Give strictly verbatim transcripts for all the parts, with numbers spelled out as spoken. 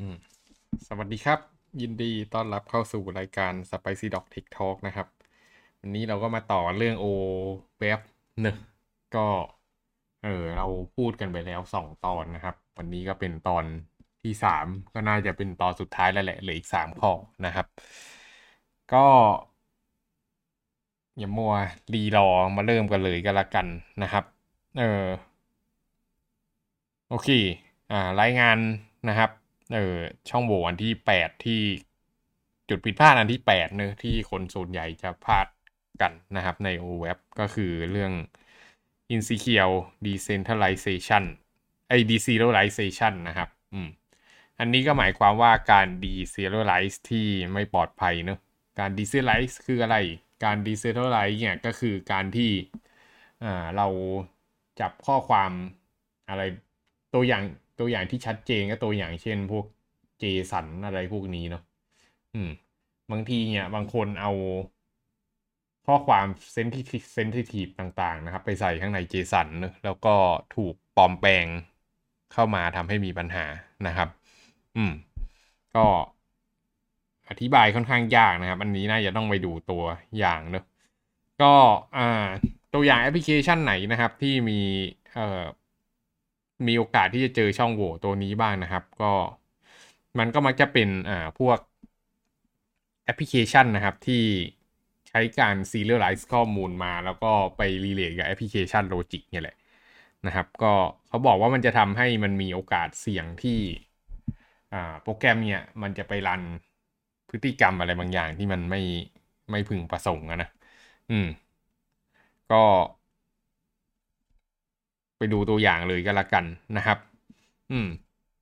อืมสวัสดีครับยินดีต้อนรับเข้าสู่รายการ Spicy Dog Tech Talk นะครับวันนี้เราก็มาต่อเรื่องโอเว็บเนอะก็เออเราพูดกันไปแล้วสองตอนนะครับวันนี้ก็เป็นตอนที่สามก็น่าจะเป็นตอนสุดท้ายแล้วแหละเหลืออีกสามข้อนะครับก็อย่ามัวรีรอมาเริ่มกันเลยก็แล้วกันนะครับเออ โอเคอ่ารายงานนะครับเออช่องโหว่อันที่แปดที่จุดผิดพลาดอันที่แปดเนอะที่คนส่วนใหญ่จะพลาดกันนะครับใน โอ แวบ ก็คือเรื่อง Insecure Decentralization ไอ้ Decentralization นะครับอืมอันนี้ก็หมายความว่าการ Decentralize ที่ไม่ปลอดภัยเนอะการ Decentralize คืออะไรการ Decentralize เนี่ยก็คือการที่อ่าเราจับข้อความอะไร ตัวอย่างตัวอย่างที่ชัดเจนก็ตัวอย่างเช่นพวกเจสันอะไรพวกนี้เนาะอืมบางทีเนี่ยบางคนเอาข้อความเซนซิทีฟเซนซิทีฟต่างๆนะครับไปใส่ข้างในเจสันเนอะแล้วก็ถูกปลอมแปลงเข้ามาทำให้มีปัญหานะครับอืมก็อธิบายค่อนข้างยากนะครับอันนี้น่าจะต้องไปดูตัวอย่างเนอะก็อ่าตัวอย่างแอปพลิเคชันไหนนะครับที่มีเอ่อ มีโอกาสที่จะเจอช่องโหว่ตัวนี้บ้างนะครับก็มันก็มักจะเป็นอ่าพวกแอปพลิเคชันนะครับที่ใช้การ serialize ข้อมูลมาแล้วก็ไป relate กับแอปพลิเคชัน Logic เนี่ยแหละนะครับก็เขาบอกว่ามันจะทำให้มันมีโอกาสเสี่ยงที่อ่าโปรแกรมเนี่ยมันจะไปรันพฤติกรรมอะไรบางอย่างที่มันไม่ไม่พึงประสงค์อะนะอืมก็ไปดูตัวอย่างเลยก็แล้วกันนะครับอืม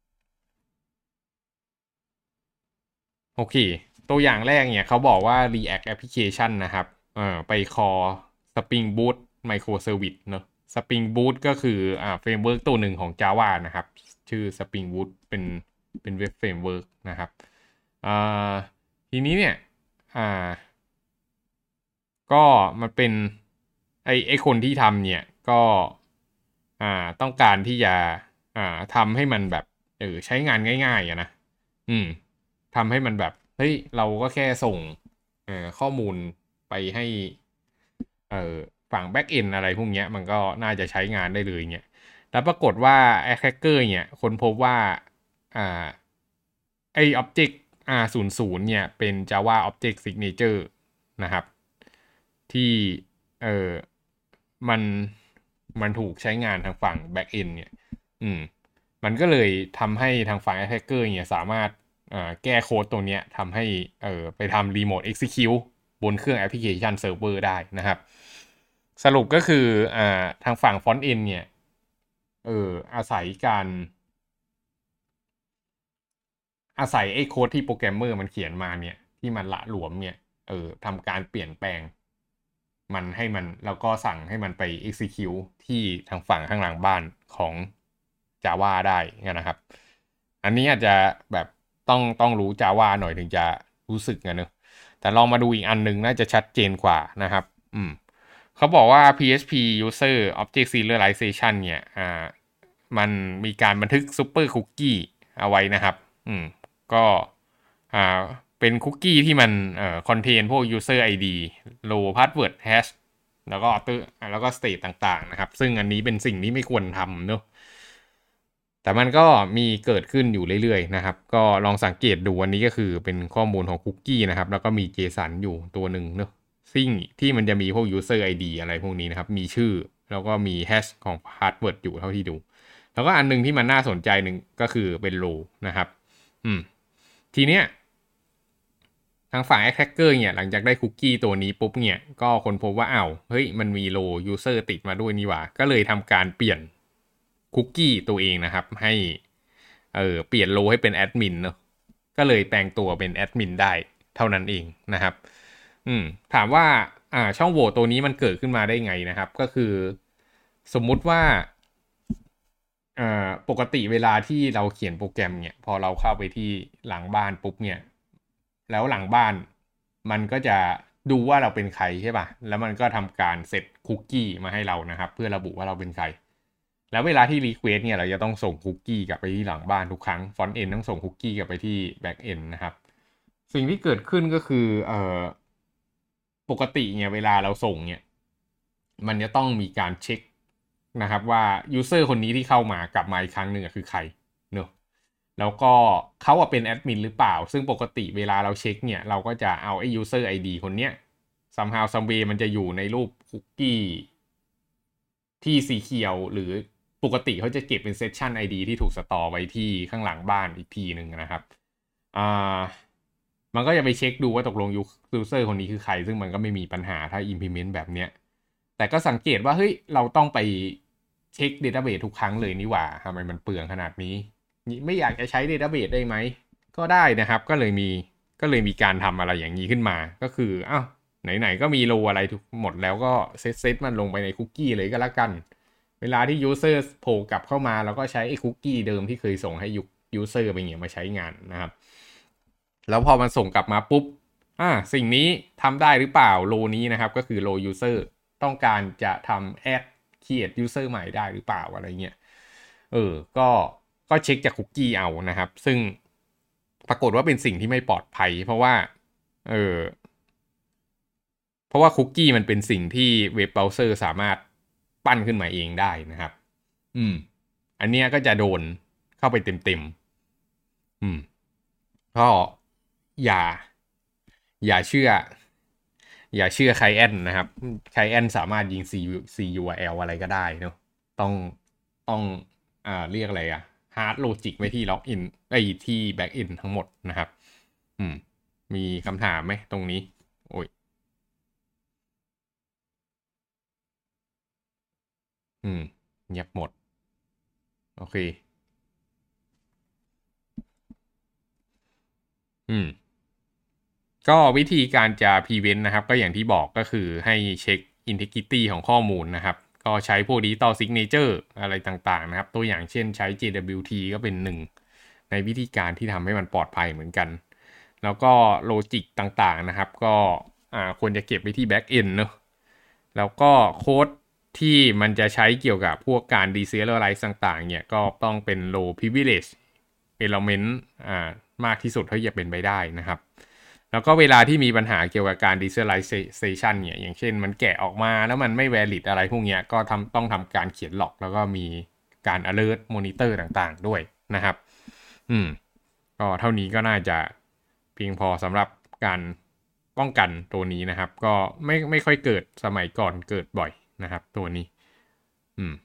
โอเคตัวอย่างแรกเนี่ยเขาบอกว่า React Application นะครับเอ่อไป call Spring Boot Microservice เนอะ Spring Boot ก็คืออ่าเฟรมเวิร์กตัวหนึ่งของ Java นะครับชื่อ Spring Boot เป็นเป็นเว็บเฟรมเวิร์กนะครับอ่าทีนี้เนี่ยอ่าก็มันเป็นไอไอคนที่ทำเนี่ยก็อ่าต้องการที่จะอ่าทำให้มันแบบเออใช้งานง่ายๆอะนะอืม ทำให้มันแบบเฮ้ยเราก็แค่ส่งเอ่อข้อมูลไปให้เอ่อฝั่งแบ็กเอนอะไรพวกเนี้ยมันก็น่าจะใช้งานได้เลยเนี่ยแล้วปรากฏว่าไอ้แคคเกอร์เนี่ยคนพบว่าอ่าไอ้ Object อาร์ ศูนย์ ศูนย์เนี่ยเป็น Java Object Signature นะครับที่เออมันมันถูกใช้งานทางฝั่ง back end เนี่ยอืม มันก็เลยทำให้ทางฝั่ง attacker เนี่ยสามารถเอ่อแก้โค้ดตรงเนี้ยทำให้เอ่อไปทำ remote execute บนเครื่องแอปพลิเคชันเซิร์ฟเวอร์ได้นะครับสรุปก็คืออ่าทางฝั่ง front end เนี่ยเอออาศัยการอาศัยไอ้โค้ดที่โปรแกรมเมอร์มันเขียนมาเนี่ยที่มันละหลวมเนี่ยเออทำการเปลี่ยนแปลงมันให้มันแล้วก็สั่งให้มันไป execute ที่ทางฝั่งข้างหลังบ้านของ Java ได้นะครับ อันนี้อาจจะแบบต้องต้องรู้ Java หน่อยถึงจะรู้สึกกันเนอะแต่ลองมาดูอีกอันหนึงน่าจะชัดเจนกว่านะครับอืมเขาบอกว่า พี เอช พี User Object Serialization เนี่ยอ่ามันมีการบันทึก Super Cookie เอาไว้นะครับอืมก็อ่าเป็นคุกกี้ที่มันเอ่อคอนเทนพวก user ไอ ดี row password hash แล้วก็ author แล้วก็ state ต่างๆนะครับซึ่งอันนี้เป็นสิ่งที่ไม่ควรทำเนอะ แต่มันก็มีเกิดขึ้นอยู่เรื่อยๆนะครับก็ลองสังเกตดูอันนี้ก็คือเป็นข้อมูลของคุกกี้นะครับแล้วก็มี JSON อยู่ตัวหนึ่งเนอะซึ่งที่มันจะมีพวก user ไอ ดี อะไรพวกนี้นะครับมีชื่อแล้วก็มี hash ของ password อยู่เท่าที่ดูแล้วก็อันนึงที่มันน่าสนใจหนึ่งก็คือเป็น row นะครับอืมทีเนี้ยทางฝั่ง attacker เนี่ยหลังจากได้คุกกี้ตัวนี้ปุ๊บเนี่ยก็คนพบว่าอ้าวเฮ้ยมันมี row user ติดมาด้วยนี่หว่าก็เลยทำการเปลี่ยนคุกกี้ตัวเองนะครับให้ เออเปลี่ยนโลให้เป็นแอดมินเนอะก็เลยแปลงตัวเป็นแอดมินได้เท่านั้นเองนะครับอืมถามว่าอ่าช่องโหว่ตัวนี้มันเกิดขึ้นมาได้ไงนะครับก็คือสมมุติว่าอ่าปกติเวลาที่เราเขียนโปรแกรมเนี่ยพอเราเข้าไปที่หลังบ้านปุ๊บเนี่ยแล้วหลังบ้านมันก็จะดูว่าเราเป็นใครใช่ป่ะแล้วมันก็ทำการเซตคุกกี้มาให้เรานะครับเพื่อระบุว่าเราเป็นใครแล้วเวลาที่ request เนี่ยเราจะต้องส่งคุกกี้กลับไปที่หลังบ้านทุกครั้ง front end ต้องส่งคุกกี้กลับไปที่ back end นะครับสิ่งที่เกิดขึ้นก็คือเอ่อปกติเนี่ยเวลาเราส่งเนี่ยมันจะต้องมีการเช็คนะครับว่า user คนนี้ที่เข้ามากลับมาอีกครั้งหนึ่งคือใครเนอะแล้วก็เขาเป็นแอดมินหรือเปล่าซึ่งปกติเวลาเราเช็คเนี่ยเราก็จะเอาไอ้ user ไอ ดี คนเนี้ย somehow some way มันจะอยู่ในรูปคุกกี้ที่สีเขียวหรือปกติเขาจะเก็บเป็นเซสชัน ไอ ดี ที่ถูกสตอร์ไว้ที่ข้างหลังบ้านอีกทีหนึ่งนะครับอ่ามันก็จะไปเช็คดูว่าตกลง user คนนี้คือใครซึ่งมันก็ไม่มีปัญหาถ้า implement แบบเนี้ยแต่ก็สังเกตว่าเฮ้ยเราต้องไปเช็ค database ทุกครั้งเลยนี่หว่าทำไมมันเปลืองขนาดนี้ไม่อยากจะใช้ database ได้ไหมก็ได้นะครับก็เลยมีก็เลยมีการทำอะไรอย่างนี้ขึ้นมาก็คืออ้าวไหนๆก็มีโลอะไรทุกหมดแล้วก็เซตเซตมันลงไปในคุกกี้เลยก็แล้วกันเวลาที่ user โผล่กลับเข้ามาเราก็ใช้ไอ้คุกกี้เดิมที่เคยส่งให้ user ไปเงี้ยมาใช้งานนะครับแล้วพอมันส่งกลับมาปุ๊บอ่าสิ่งนี้ทำได้หรือเปล่าโลนี้นะครับก็คือโล user ต้องการจะทำ add create user ใหม่ได้หรือเปล่าอะไรเงี้ยเออก็ก็เช็คจากคุกกี้เอานะครับซึ่งปรากฏว่าเป็นสิ่งที่ไม่ปลอดภัยเพราะว่าเออเพราะว่าคุกกี้มันเป็นสิ่งที่เว็บเบราว์เซอร์สามารถปั้นขึ้นมาเองได้นะครับอืมอันเนี้ยก็จะโดนเข้าไปเต็มๆอืมก็อย่าอย่าเชื่ออย่าเชื่อไคลเอนนะครับไคลเอนสามารถยิง C ซี ยู อาร์ แอล อะไรก็ได้เนาะต้องต้องอ่าเรียกอะไรอะฮาร์ดโลจิกไว้ที่ล็อกอินไอ้ที่แบ็กอินทั้งหมดนะครับอืมมีคำถามไหมตรงนี้โอ้ยอืมเงียบหมดโอเคอืม ก็วิธีการจะ prevent นะครับก็อย่างที่บอกก็คือให้เช็ค integrity ของข้อมูลนะครับก็ใช้พวก digital signature อะไรต่างๆนะครับตัวอย่างเช่นใช้ เจ ดับเบิลยู ที ก็เป็นหนึ่งในวิธีการที่ทำให้มันปลอดภัยเหมือนกันแล้วก็โลจิกต่างๆนะครับก็อ่าควรจะเก็บไว้ที่ back end เนอะแล้วก็โค้ดที่มันจะใช้เกี่ยวกับพวกการ deserialize ต่างๆเนี่ยก็ต้องเป็น low privilege element อ่ามากที่สุดเท่าที่จะเป็นไปได้นะครับ แล้วก็เวลาที่มีปัญหาเกี่ยวกับการ deserialization เนี่ยอย่างเช่นมันแกะออกมาแล้วมันไม่ valid อะไรพวกเนี้ยก็ทำต้องทำการเขียนล็อกแล้วก็มีการ alert monitor ต่างๆด้วยนะครับอืมก็เท่านี้ก็น่าจะเพียงพอสำหรับการป้องกันตัวนี้นะครับก็ไม่ไม่ค่อยเกิดสมัยก่อนเกิดบ่อยนะครับตัวนี้อืม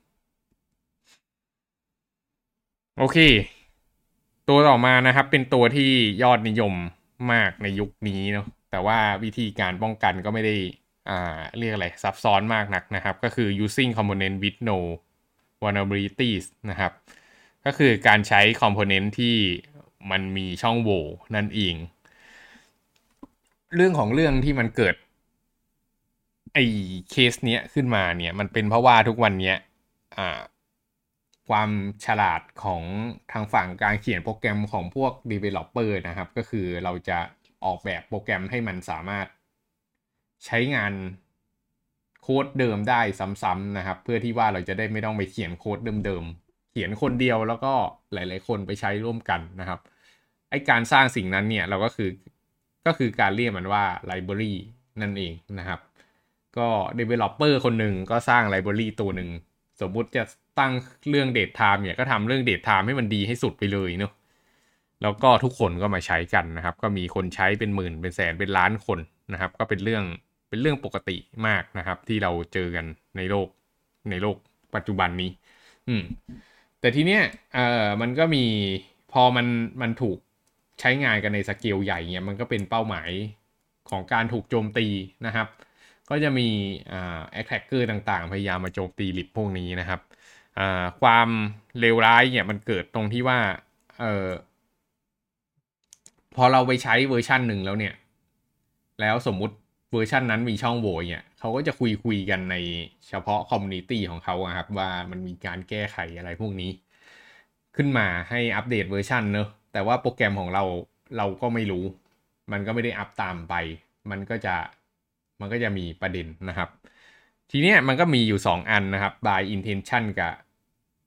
โอเคตัวต่อมานะครับเป็นตัวที่ยอดนิยมมากในยุคนี้เนาะแต่ว่าวิธีการป้องกันก็ไม่ได้อ่าเรียกอะไรซับซ้อนมากนักนะครับก็คือ using component with no vulnerabilities นะครับก็คือการใช้ component ที่มันมีช่องโหว่นั่นเองเรื่องของเรื่องที่มันเกิดไอ้เคสเนี้ยขึ้นมาเนี่ยมันเป็นเพราะว่าทุกวันเนี้ยอ่า ความฉลาดของทางฝั่งการเขียนโปรแกรมของพวก developer นะครับก็คือเราจะออกแบบโปรแกรมให้มันสามารถใช้งานโค้ดเดิมได้ซ้ำๆนะครับเพื่อที่ว่าเราจะได้ไม่ต้องไปเขียนโค้ดเดิมๆเขียนคนเดียวแล้วก็หลายๆคนไปใช้ร่วมกันนะครับไอการสร้างสิ่งนั้นเนี่ยเราก็คือก็คือการเรียกมันว่า library นั่นเองนะครับก็ developer คนหนึ่งก็สร้าง library ตัวหนึ่ง สมมุติจะตั้งเรื่องเดทไทม์เนี่ยก็ทำเรื่องเดทไทม์ให้มันดีให้สุดไปเลยเนาะแล้วก็ทุกคนก็มาใช้กันนะครับก็มีคนใช้เป็นหมื่นเป็นแสนเป็นล้านคนนะครับก็เป็นเรื่องเป็นเรื่องปกติมากนะครับที่เราเจอกันในโลกในโลกปัจจุบันนี้อืมแต่ทีเนี้ยเอ่อมันก็มีพอมันมันถูกใช้งานกันในสเกลใหญ่เนี่ยมันก็เป็นเป้าหมายของการถูกโจมตีนะครับ ก็จะมีอ่าแอคแท็กเกอร์ต่างๆพยายามมาโจมตีลิปพวกนี้นะครับอ่าความเลวร้ายเนี่ยมันเกิดตรงที่ว่าเอ่อพอเราไปใช้เวอร์ชันหนึ่งแล้วเนี่ยแล้วสมมุติเวอร์ชันนั้นมีช่องโหว่เนี่ยเขาก็จะคุยคุยกันในเฉพาะคอมมูนิตี้ของเขาครับว่ามันมีการแก้ไขอะไรพวกนี้ขึ้นมาให้อัปเดตเวอร์ชันเนอะแต่ว่าโปรแกรมของเราเราก็ไม่รู้มันก็ไม่ได้อัปตามไปมันก็จะ มันก็จะมีประเด็นนะครับทีเนี้ยมันก็มีอยู่สองอันนะครับ by intention กับ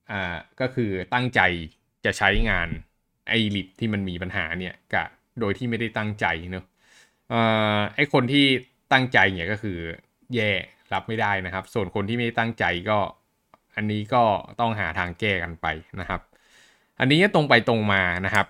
อ่าก็คือตั้งใจจะใช้งานไอ้ลิบที่มันมีปัญหาเนี่ยกะโดยที่ไม่ได้ตั้งใจเนอะอ่าไอ้คนที่ตั้งใจเนี่ยก็คือแย่รับไม่ได้นะครับส่วนคนที่ไม่ตั้งใจก็อันนี้ก็ต้องหาทางแก้กันไปนะครับอันนี้ก็ตรงไปตรงมานะครับ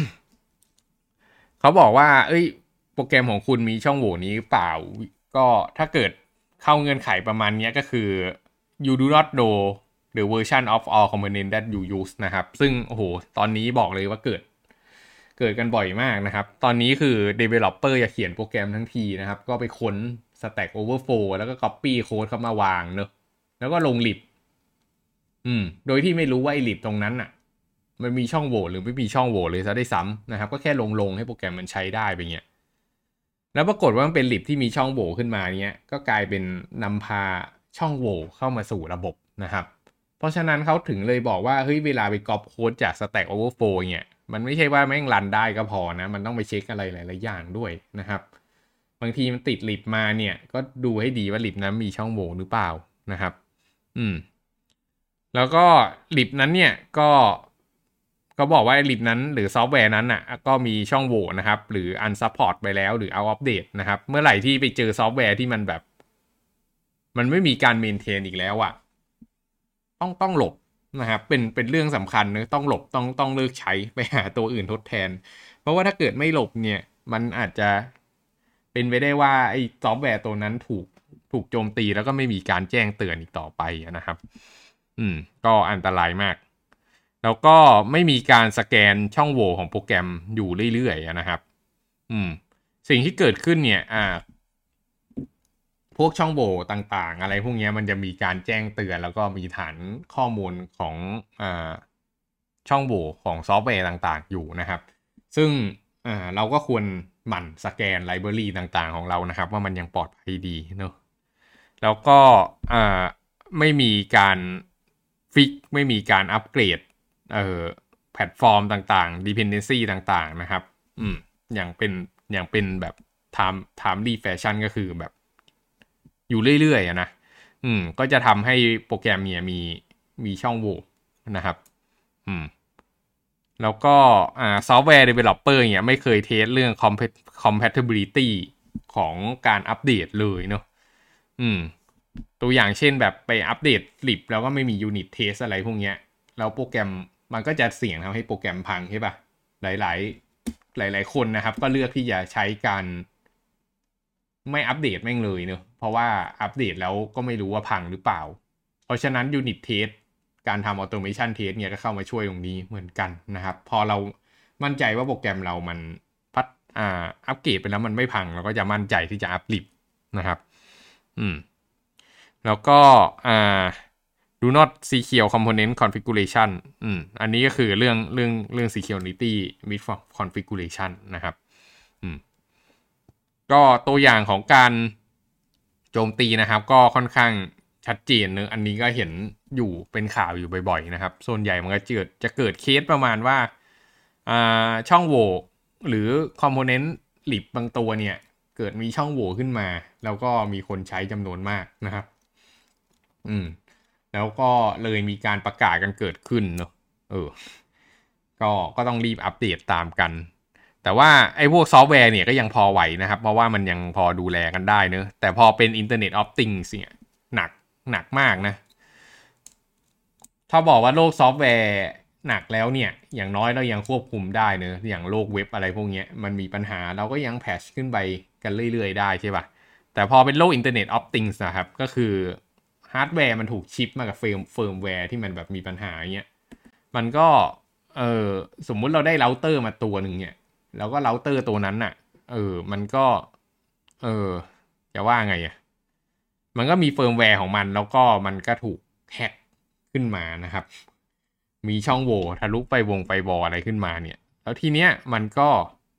เขาบอกว่าเอ้ยโปรแกรมของคุณมีช่องโหว่นี้เปล่าก็ถ้าเกิดเข้าเงื่อนไขประมาณนี้ก็คือ you do not know the version of all components that you use นะครับซึ่งโอ้โหตอนนี้บอกเลยว่าเกิดเกิดกันบ่อยมากนะครับตอนนี้คือ developer จะเขียนโปรแกรมทั้งทีนะครับก็ไปค้น Stack Overflow แล้วก็ copy code เข้ามาวางเนอะแล้วก็ลง lib อืมโดยที่ไม่รู้ว่าไอ้ lib ตรงนั้นอ่ะมันมีช่องโหว่หรือไม่มีช่องโหว่เลยซะได้ซ้ำนะครับก็แค่ลงลงให้โปรแกรมมันใช้ได้ไปเงี้ยแล้วปรากฏว่ามันเป็น lib ที่มีช่องโหว่ขึ้นมาเนี้ยก็กลายเป็นนำพาช่องโหว่เข้ามาสู่ระบบนะครับเพราะฉะนั้นเขาถึงเลยบอกว่าเฮ้ยเวลาไปก๊อปโค้ดจาก Stack Overflow เนี่ยมันไม่ใช่ว่าแม่งรันได้ก็พอนะมันต้องไปเช็คอะไรหลายๆอย่างด้วยนะครับบางทีมันติด lib มาเนี่ยก็ดูให้ดีว่า lib นั้นมีช่องโหว่หรือเปล่านะครับอืมแล้วก็ lib นั้นเนี่ยก็ก็บอกว่า lib นั้นหรือซอฟต์แวร์นั้นอ่ะก็มีช่องโหว่นะครับหรือ unsupport ไปแล้วหรือ out of date นะครับเมื่อไหร่ที่ไปเจอซอฟต์แวร์ที่มันแบบมันไม่มีการเมนเทนอีกแล้วอ่ะต้องต้องหลบนะครับเป็นเป็นเรื่องสำคัญเนอะต้องหลบต้องต้องเลิกใช้ไปหาตัวอื่นทดแทนเพราะว่าถ้าเกิดไม่หลบเนี่ยมันอาจจะเป็นไปได้ว่าไอ้ซอฟต์แวร์ตัวนั้นถูกถูกโจมตีแล้วก็ไม่มีการแจ้งเตือนอีกต่อไปนะครับอืมก็อันตรายมากแล้วก็ไม่มีการสแกนช่องโหว่ของโปรแกรมอยู่เรื่อยๆนะครับอืมสิ่งที่เกิดขึ้นเนี่ยอ่าพวกช่องโหว่ต่างๆอะไรพวกนี้มันจะมีการแจ้งเตือนแล้วก็มีฐานข้อมูลของอ่าช่องโหว่ของซอฟต์แวร์ต่างๆอยู่นะครับซึ่งอ่าเราก็ควรหมั่นสแกนไลบรารีต่างๆของเรานะครับว่ามันยังปลอดภัยดีเนอะแล้วก็อ่าไม่มีการฟิกไม่มีการอัปเกรดเอ่อแพลตฟอร์มต่างๆ dependency ต่างๆนะครับอืมอย่างเป็นอย่างเป็นแบบ time timely fashion ก็คือแบบอยู่เรื่อยๆนะอืมก็จะทำให้โปรแกรมเนี่ยมีมีช่องโหว่นะครับอืมแล้วก็อ่าซอฟต์แวร์ developer เนี่ยไม่เคยเทสเรื่อง compatibility ของการอัปเดตเลยเนาะอืมตัวอย่างเช่นแบบไปอัปเดต lib แล้วก็ไม่มี unit test อะไรพวกเนี้ยแล้วโปรแกรมมันก็จะเสี่ยงทำให้โปรแกรมพังใช่ป่ะหลายๆหลายๆคนนะครับก็เลือกที่จะใช้การไม่อัปเดตแม่งเลยเนอะเพราะว่าอัปเดตแล้วก็ไม่รู้ว่าพังหรือเปล่าเพราะฉะนั้น unit test การทำ automation test เนี่ยก็เข้ามาช่วยตรงนี้เหมือนกันนะครับพอเรามั่นใจว่าโปรแกรมเรามันพัฒอ่าอัปเกรดไปแล้วมันไม่พังเราก็จะมั่นใจที่จะอัปลิบนะครับอืมแล้วก็อ่า do not secure component configuration อืมอันนี้ก็คือเรื่องเรื่องเรื่อง security with configuration นะครับอืมก็ตัวอย่างของการโจมตีนะครับก็ค่อนข้างชัดเจนเนอะอันนี้ก็เห็นอยู่เป็นข่าวอยู่บ่อยๆนะครับส่วนใหญ่มันก็จะเกิดจะเกิดเคสประมาณว่าอ่าช่องโหว่หรือคอมโพเนนต์หลิบบางตัวเนี่ยเกิดมีช่องโหว่ขึ้นมาแล้วก็มีคนใช้จำนวนมากนะครับอืมแล้วก็เลยมีการประกาศกันเกิดขึ้นเนอะเออก็ก็ต้องรีบอัปเดตตามกันแต่ว่าไอ้พวกซอฟต์แวร์เนี่ยก็ยังพอไหวนะครับเพราะว่ามันยังพอดูแลกันได้เนอะแต่พอเป็น Internet of Things เนี่ยหนักหนักมากนะถ้าบอกว่าโลกซอฟต์แวร์หนักแล้วเนี่ยอย่างน้อยเรายังควบคุมได้เนอะอย่างโลกเว็บอะไรพวกเนี้ยมันมีปัญหาเราก็ยังแพชขึ้นไปกันเรื่อยๆได้ใช่ป่ะแต่พอเป็นโลก Internet of Things นะครับก็คือฮาร์ดแวร์มันถูกชิปมากับเฟิร์มเฟิร์มแวร์ที่มันแบบมีปัญหาเงี้ยมันก็เออสมมุติเราได้เราเตอร์มาตัวหนึ่งเนี่ยแล้วก็เราเตอร์ตัวนั้นน่ะเออมันก็เออจะว่าไงอ่ะมันก็มีเฟิร์มแวร์ของมันแล้วก็มันก็ถูกแฮกขึ้นมานะครับมีช่องโหว่ทะลุไปวงไปบออะไรขึ้นมาเนี่ยแล้วทีเนี้ยมันก็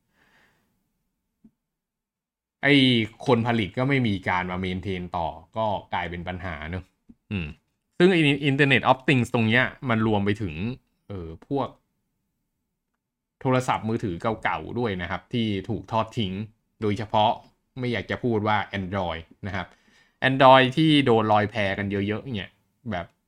ไอคนผลิตก็ไม่มีการมาเมนเทนต่อก็กลายเป็นปัญหาเนอะอืมซึ่ง Internet of Things ตรงเนี้ยมันรวมไปถึงเออพวกโทรศัพท์มือถือเก่าๆด้วยนะครับที่ถูกทอดทิ้งโดยเฉพาะไม่อยากจะพูดว่า Android นะครับ Android ที่โดนลอยแพกันเยอะๆเนี่ยแบบ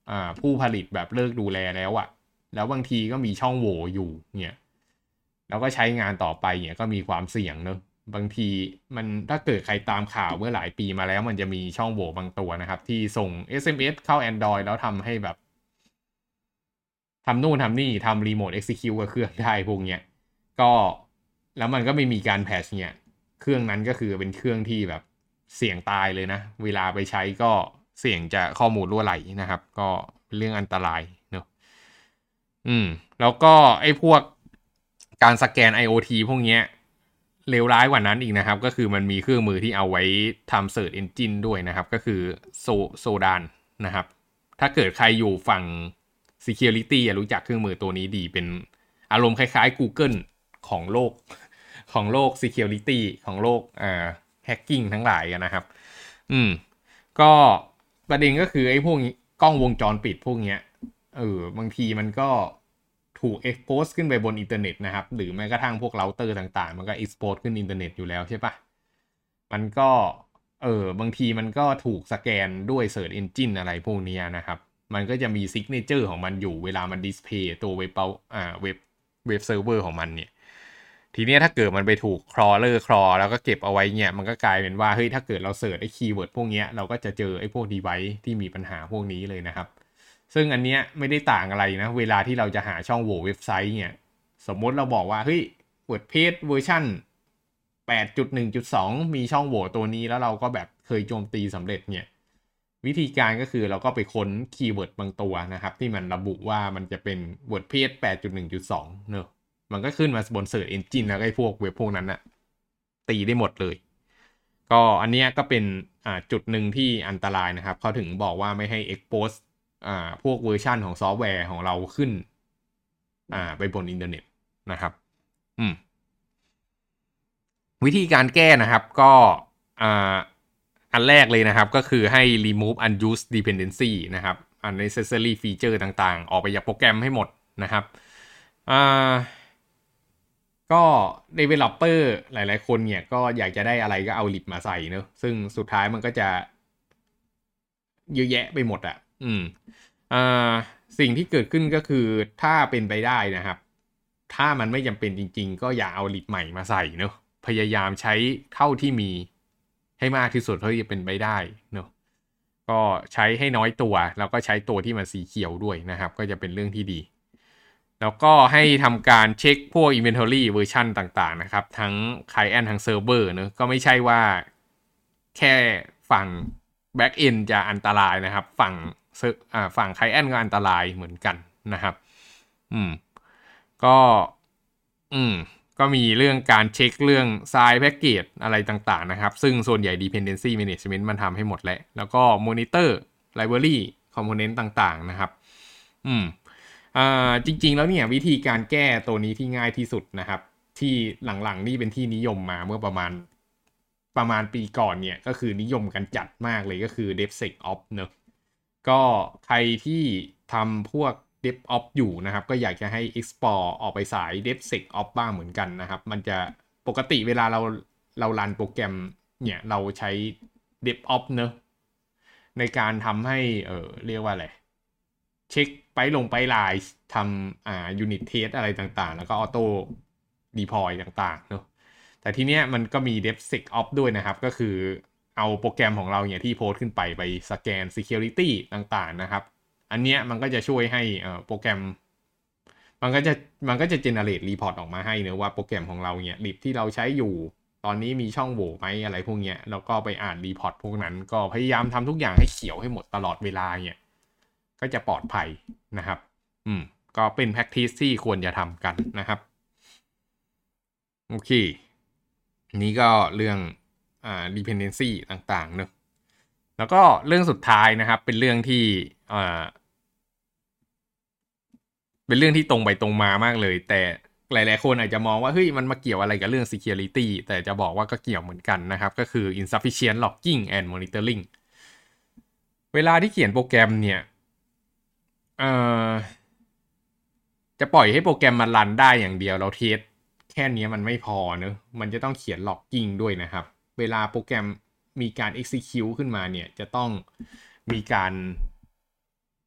อ่าผู้ผลิตแบบเลิกดูแลแล้วอะแล้วบางทีก็มีช่องโหว่อยู่เนี่ยแล้วก็ใช้งานต่อไปเนี่ยก็มีความเสี่ยงเนอะบางทีมันถ้าเกิดใครตามข่าวเมื่อหลายปีมาแล้วมันจะมีช่องโหว่บางตัวนะครับที่ส่ง เอส เอ็ม เอส เข้า Android แล้วทำให้แบบทำนู่นทำนี่ทำรีโมท execute กับเครื่องได้พวกเนี้ยก็แล้วมันก็ไม่มีการแพทช์เนี่ยเครื่องนั้นก็คือเป็นเครื่องที่แบบเสี่ยงตายเลยนะเวลาไปใช้ก็เสี่ยงจะข้อมูลรั่วไหลนะครับ ก็เป็นเรื่องอันตรายเนอะอืมแล้วก็ไอ้พวกการสแกน IoT พวกเนี้ยเลวร้ายกว่านั้นอีกนะครับก็คือมันมีเครื่องมือที่เอาไว้ทำ Search Engine ด้วยนะครับก็คือโซโซดานนะครับถ้าเกิดใครอยู่ฝั่ง Security รู้จักเครื่องมือตัวนี้ดีเป็นอารมณ์คล้ายๆ Google ของโลกของโลก Security ของโลกอ่า Hacking ทั้งหลายนะครับอืมก็ประเด็นก็คือไอ้พวกนี้กล้องวงจรปิดพวกเนี้ยเออบางทีมันก็ถูก expose ขึ้นไปบนอินเทอร์เน็ตนะครับหรือแม้กระทั่งพวกเราเตอร์ต่างๆมันก็ expose ขึ้นอินเทอร์เน็ตอยู่แล้วใช่ปะมันก็เออบางทีมันก็ถูกสแกนด้วย Search Engine อะไรพวกนี้นะครับมันก็จะมี Signature ของมันอยู่เวลามันดิสเพย์ตัวเว็บเปาอ่าเว็บเว็บเซิร์ฟเวอร์ของมันเนี่ยทีนี้ถ้าเกิดมันไปถูกครอเลอร์ครอแล้วก็เก็บเอาไว้เนี่ยมันก็กลายเป็นว่าเฮ้ยถ้าเกิดเราเสิร์ชไอ้คีย์เวิร์ดพวกนี้เราก็จะเจอไอ้พวก device ที่มีปัญหาพวกนี้เลยนะครับซึ่งอันเนี้ยไม่ได้ต่างอะไรนะเวลาที่เราจะหาช่องโหว่เว็บไซต์เนี่ยสมมติเราบอกว่าเฮ้ย WordPress เวอร์ชัน แปดจุดหนึ่งจุดสอง มีช่องโหว่ตัวนี้แล้วเราก็แบบเคยโจมตีสำเร็จเนี่ยวิธีการก็คือเราก็ไปค้นคีย์เวิร์ดบางตัวนะครับที่มันระบุว่ามันจะเป็น WordPress แปดจุดหนึ่งจุดสอง เนอะมันก็ขึ้นมาบน Search Engine แล้วไอ้พวกเว็บพวกนั้นน่ะตีได้หมดเลยก็อันเนี้ยก็เป็นอ่าจุดหนึ่งที่อันตรายนะครับเขาถึงบอกว่าไม่ให้ expose อ่าพวกเวอร์ชันของซอฟต์แวร์ของเราขึ้นอ่าไปบนอินเทอร์เน็ตนะครับอืมวิธีการแก้นะครับก็อ่าอันแรกเลยนะครับก็คือให้ remove unused dependency นะครับ unnecessary feature ต่างๆออกไปจากโปรแกรมให้หมดนะครับอ่าก็ developer หลายๆคนเนี่ยก็อยากจะได้อะไรก็เอาลิบมาใส่เนอะซึ่งสุดท้ายมันก็จะเยอะแยะไปหมดอ่ะอืมอ่าสิ่งที่เกิดขึ้นก็คือถ้าเป็นไปได้นะครับถ้ามันไม่จำเป็นจริงๆก็อย่าเอาลิบใหม่มาใส่เนอะพยายามใช้เท่าที่มีให้มากที่สุดเท่าที่จะเป็นไปได้เนอะก็ใช้ให้น้อยตัวแล้วก็ใช้ตัวที่มันสีเขียวด้วยนะครับก็จะเป็นเรื่องที่ดี แล้วก็ให้ทำการเช็คพวก inventory เวอร์ชันต่างๆนะครับทั้ง client ทั้ง server เนอะก็ไม่ใช่ว่าแค่ฝั่ง back end จะอันตรายนะครับฝั่งอ่าฝั่ง client ก็อันตรายเหมือนกันนะครับอืมก็อืมก็มีเรื่องการเช็คเรื่อง size package อะไรต่างๆนะครับซึ่งส่วนใหญ่ dependency management มันทำให้หมดแล้วแล้วก็ monitor library component ต่างๆนะครับอืม อ่าจริงๆแล้วเนี่ยวิธีการแก้ตัวนี้ที่ง่ายที่สุดนะครับที่หลังๆนี่เป็นที่นิยมมาเมื่อประมาณประมาณปีก่อนเนี่ยก็คือนิยมกันจัดมากเลยก็คือ DevSecOps เนอะก็ใครที่ทำพวก DevOps อยู่นะครับก็อยากจะให้ explore ออกไปสาย DevSecOps บ้างเหมือนกันนะครับมันจะปกติเวลาเราเรารันโปรแกรมเนี่ยเราใช้ DevOps เนอะในการทำให้เออเรียกว่าอะไร เช็คไปลงไปไลน์ทำอ่ายูนิตเทสอะไรต่างๆ แล้วก็ออโต้ดีพอยต่างๆเนอะแต่ทีเนี้ยมันก็มี DevSecOps ด้วยนะครับ ก็คือเอาโปรแกรมของเราเนี่ยที่โพสต์ขึ้นไปไปสแกน Security ต่างๆนะครับ อันเนี้ยมันก็จะช่วยให้เอ่อโปรแกรมมันก็จะมันก็จะ generate report ออกมาให้เนอะว่าโปรแกรมของเราเนี่ยลิบที่เราใช้อยู่ตอนนี้มีช่องโหว่ไหมอะไรพวกเนี้ยแล้วก็ไปอ่านรีพอร์ตพวกนั้นก็พยายามทำทุกอย่างให้เขียวให้หมดตลอดเวลาเนี่ยก็จะปลอดภัยนะครับอืมก็เป็น practice ที่ควรจะทำกันนะครับโอเคนี้ก็เรื่องอ่า dependency ต่างๆเนอะแล้วก็เรื่องสุดท้ายนะครับเป็นเรื่องที่อ่าเป็นเรื่องที่ตรงไปตรงมามากเลยแต่หลายๆคนอาจจะมองว่าเฮ้ยมันมาเกี่ยวอะไรกับเรื่อง security แต่จะบอกว่าก็เกี่ยวเหมือนกันนะครับก็คือ insufficient logging and monitoring เวลาที่เขียนโปรแกรมเนี่ยเอ่อจะปล่อยให้โปรแกรมมันรันได้อย่างเดียวเราเทสแค่นี้มันไม่พอเนอะมันจะต้องเขียน logging ด้วยนะครับเวลาโปรแกรมมีการ execute ขึ้นมาเนี่ยจะต้องมีการ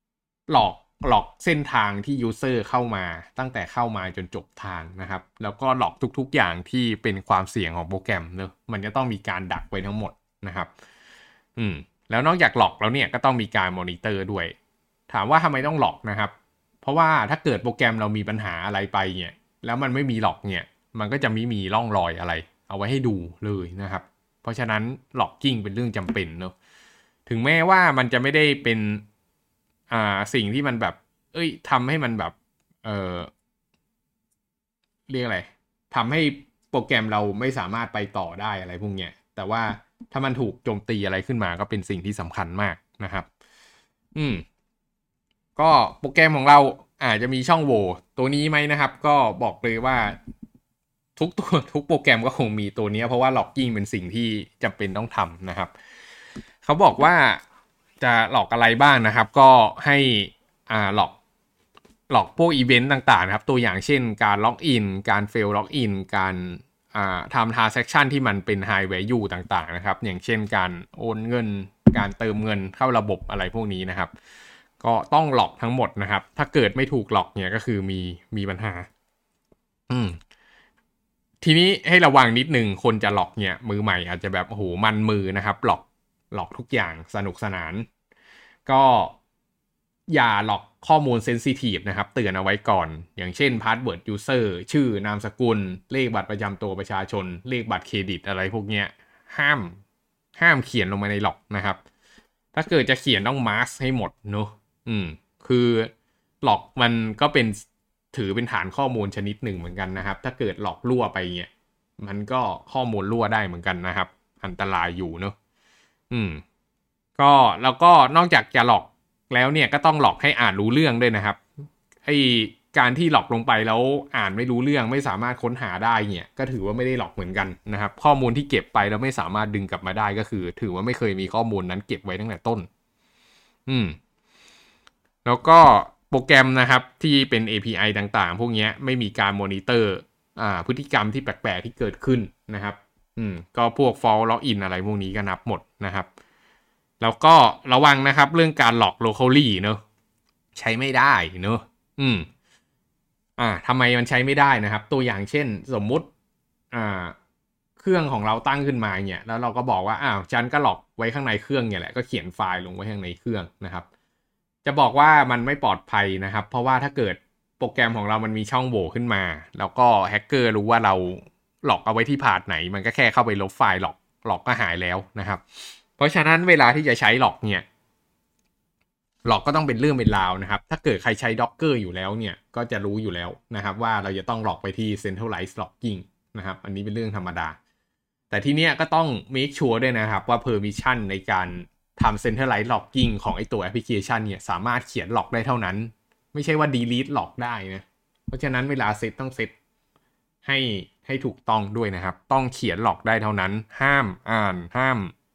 หลอกหลอกเส้นทางที่ยูเซอร์เข้ามาตั้งแต่เข้ามาจนจบทางนะครับแล้วก็หลอกทุกๆอย่างที่เป็นความเสี่ยงของโปรแกรมเนอะมันจะต้องมีการดักไว้ทั้งหมดนะครับอืมแล้วนอกจากหลอกแล้วเนี่ยก็ต้องมีการมอนิเตอร์ด้วยถามว่าทำไมต้องหลอกนะครับเพราะว่าถ้าเกิดโปรแกรมเรามีปัญหาอะไรไปเนี่ยแล้วมันไม่มีหลอกเนี่ยมันก็จะไม่มีร่องรอยอะไรเอาไว้ให้ดูเลยนะครับเพราะฉะนั้นหลอกกิ้งเป็นเรื่องจำเป็นเนอะถึงแม้ว่ามันจะไม่ได้เป็นอ่าสิ่งที่มันแบบเอ้ยทำให้มันแบบเออเรียกอะไรทำให้โปรแกรมเราไม่สามารถไปต่อได้อะไรพวกเนี้ยแต่ว่าถ้ามันถูกโจมตีอะไรขึ้นมาก็เป็นสิ่งที่สำคัญมากนะครับอืมก็โปรแกรมของเราอาจจะมีช่องโหว่ตัวนี้ไหมนะครับก็บอกเลยว่าทุกตัวทุกโปรแกรมก็คงมีตัวนี้เพราะว่าล็อกกิ้งเป็นสิ่งที่จำเป็นต้องทำนะครับเขาบอกว่าจะหลอกอะไรบ้างนะครับก็ให้อ่าหลอกหลอกพวกอีเวนต์ต่างๆนะครับตัวอย่างเช่นการล็อกอินการเฟลล็อกอินการอ่าทำ transaction ที่มันเป็น high value ต่างๆนะครับอย่างเช่นการโอนเงินการเติมเงินเข้าระบบอะไรพวกนี้นะครับก็ต้องหลอกทั้งหมดนะครับถ้าเกิดไม่ถูกหลอกเนี่ยก็คือมีมีปัญหาอืมทีนี้ให้ระวังนิดนึงคนจะหลอกเนี่ยมือใหม่อาจจะแบบโอ้โหมันมือนะครับหลอกหลอกทุกอย่างสนุกสนานก็อย่าหลอกข้อมูลเซนซิทีฟนะครับเตือนเอาไว้ก่อนอย่างเช่นพาสเวิร์ดยูเซอร์ชื่อนามสกุลเลขบัตรประจำตัวประชาชนเลขบัตรเครดิตอะไรพวกเนี้ยห้ามห้ามเขียนลงมาในหลอกนะครับถ้าเกิดจะเขียนต้องมาสก์ให้หมดเนอะอืมคือหลอกมันก็เป็นถือเป็นฐานข้อมูลชนิดหนึ่งเหมือนกันนะครับถ้าเกิดหลอกรั่วไปเนี่ยมันก็ข้อมูลรั่วได้เหมือนกันนะครับอันตรายอยู่เนอะอืมก็แล้วก็นอกจากจะหลอกแล้วเนี่ยก็ต้องหลอกให้อ่านรู้เรื่องด้วยนะครับไอการที่หลอกลงไปแล้วอ่านไม่รู้เรื่องไม่สามารถค้นหาได้เนี่ยก็ถือว่าไม่ได้หลอกเหมือนกันนะครับข้อมูลที่เก็บไปแล้วไม่สามารถดึงกลับมาได้ก็คือถือว่าไม่เคยมีข้อมูลนั้นเก็บไว้ตั้งแต่ต้นอืมแล้วก็โปรแกรมนะครับที่เป็น เอ พี ไอ ต่างๆพวกนี้ไม่มีการมอนิเตอร์อ่าพฤติกรรมที่แปลกๆที่เกิดขึ้นนะครับอืมก็พวก false login อะไรพวกนี้ก็นับหมดนะครับแล้วก็ระวังนะครับเรื่องการหลอก locally เนอะใช้ไม่ได้เนอะอืมอ่าทำไมมันใช้ไม่ได้นะครับตัวอย่างเช่นสมมุติอ่าเครื่องของเราตั้งขึ้นมาเนี่ยแล้วเราก็บอกว่าอ้าวฉันก็หลอกไว้ข้างในเครื่องเนี่ยแหละก็เขียนไฟล์ลงไว้ข้างในเครื่องนะครับจะบอกว่ามันไม่ปลอดภัยนะครับเพราะว่าถ้าเกิดโปรแกรมของเรามันมีช่องโหว่ขึ้นมาแล้วก็แฮกเกอร์รู้ว่าเราหลอกเอาไว้ที่พาร์ทไหนมันก็แค่เข้าไปลบไฟล์หลอกหลอกก็หายแล้วนะครับเพราะฉะนั้นเวลาที่จะใช้หลอกเนี่ยหลอกก็ต้องเป็นเรื่องเป็นราวนะครับถ้าเกิดใครใช้ Docker อยู่แล้วเนี่ยก็จะรู้อยู่แล้วนะครับว่าเราจะต้องหลอกไปที่ Centralized Logging นะครับอันนี้เป็นเรื่องธรรมดาแต่ที่เนี้ยก็ต้อง make sure ด้วยนะครับว่า permission ในการทำ Centralized Logging ของไอตัวแอปพลิเคชันเนี่ยสามารถเขียนหลอกได้เท่านั้นไม่ใช่ว่า delete หลอกได้นะเพราะฉะนั้นเวลาเซตต้องเซตให้ให้ถูกต้องด้วยนะครับต้องเขียนหลอกได้เท่านั้นห้ามอ่านห้าม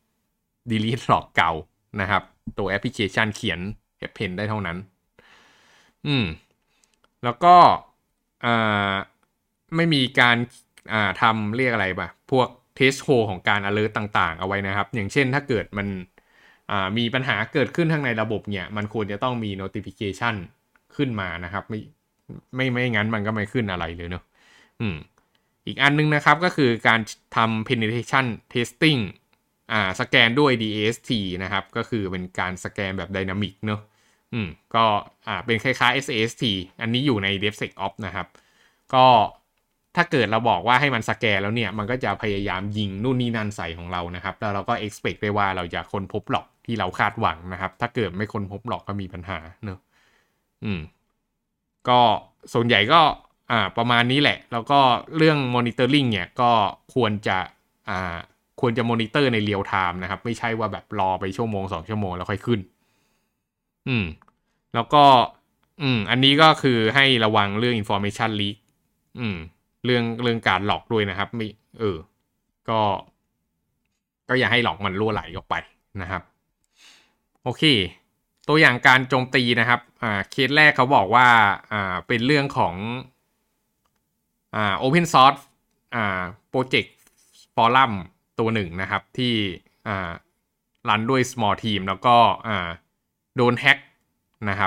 delete หลอกเก่านะครับตัวแอปพลิเคชันเขียนเพนได้เท่านั้นอืมแล้วก็อ่าไม่มีการอ่าทำเรียกอะไรป่ะพวก test code ของการ alert ต่างๆเอาไว้นะครับอย่างเช่นถ้าเกิดมันอ่ามีปัญหาเกิดขึ้นข้างในระบบเนี่ยมันควรจะต้องมี notification ขึ้นมานะครับไม่ไม่ไม่งั้นมันก็ไม่ขึ้นอะไรเลยเนอะอืมอีกอันนึงนะครับก็คือการทำ penetration testing อ่าสแกนด้วย ดี เอ เอส ที นะครับก็คือเป็นการสแกนแบบ dynamic เนอะอืมก็อ่าเป็นคล้ายๆ เอส เอ เอส ที อันนี้อยู่ใน DevSecOps นะครับก็ถ้าเกิดเราบอกว่าให้มันสแกนแล้วเนี่ยมันก็จะพยายามยิงนู่นนี่นั่นใส่ของเรานะครับแล้วเราก็ expect ได้ว่าเราจะค้นพบหลอกที่เราคาดหวังนะครับถ้าเกิดไม่ค้นพบหลอกก็มีปัญหาเนอะอืมก็ส่วนใหญ่ก็อ่าประมาณนี้แหละแล้วก็เรื่อง monitoring เนี่ยก็ควรจะอ่าควรจะมอนิเตอร์ในเรียลไทม์นะครับไม่ใช่ว่าแบบรอไปชั่วโมงสองชั่วโมงแล้วค่อยขึ้นอืมแล้วก็อืมอันนี้ก็คือให้ระวังเรื่อง information leak อืมเรื่องเรื่องการหลอกด้วยนะครับไม่เออก็ก็อย่าให้หลอกมันรั่วไหลออกไปนะครับโอเคตัวอย่างการโจมตีนะครับอ่าเคสแรกเขาบอกว่าอ่าเป็นเรื่องของอ่า Open Source อ่าโปรเจกต์ฟอรัมตัวหนึ่งนะครับที่อ่ารันด้วย small team แล้วก็อ่าโดนแฮ็กนะครับ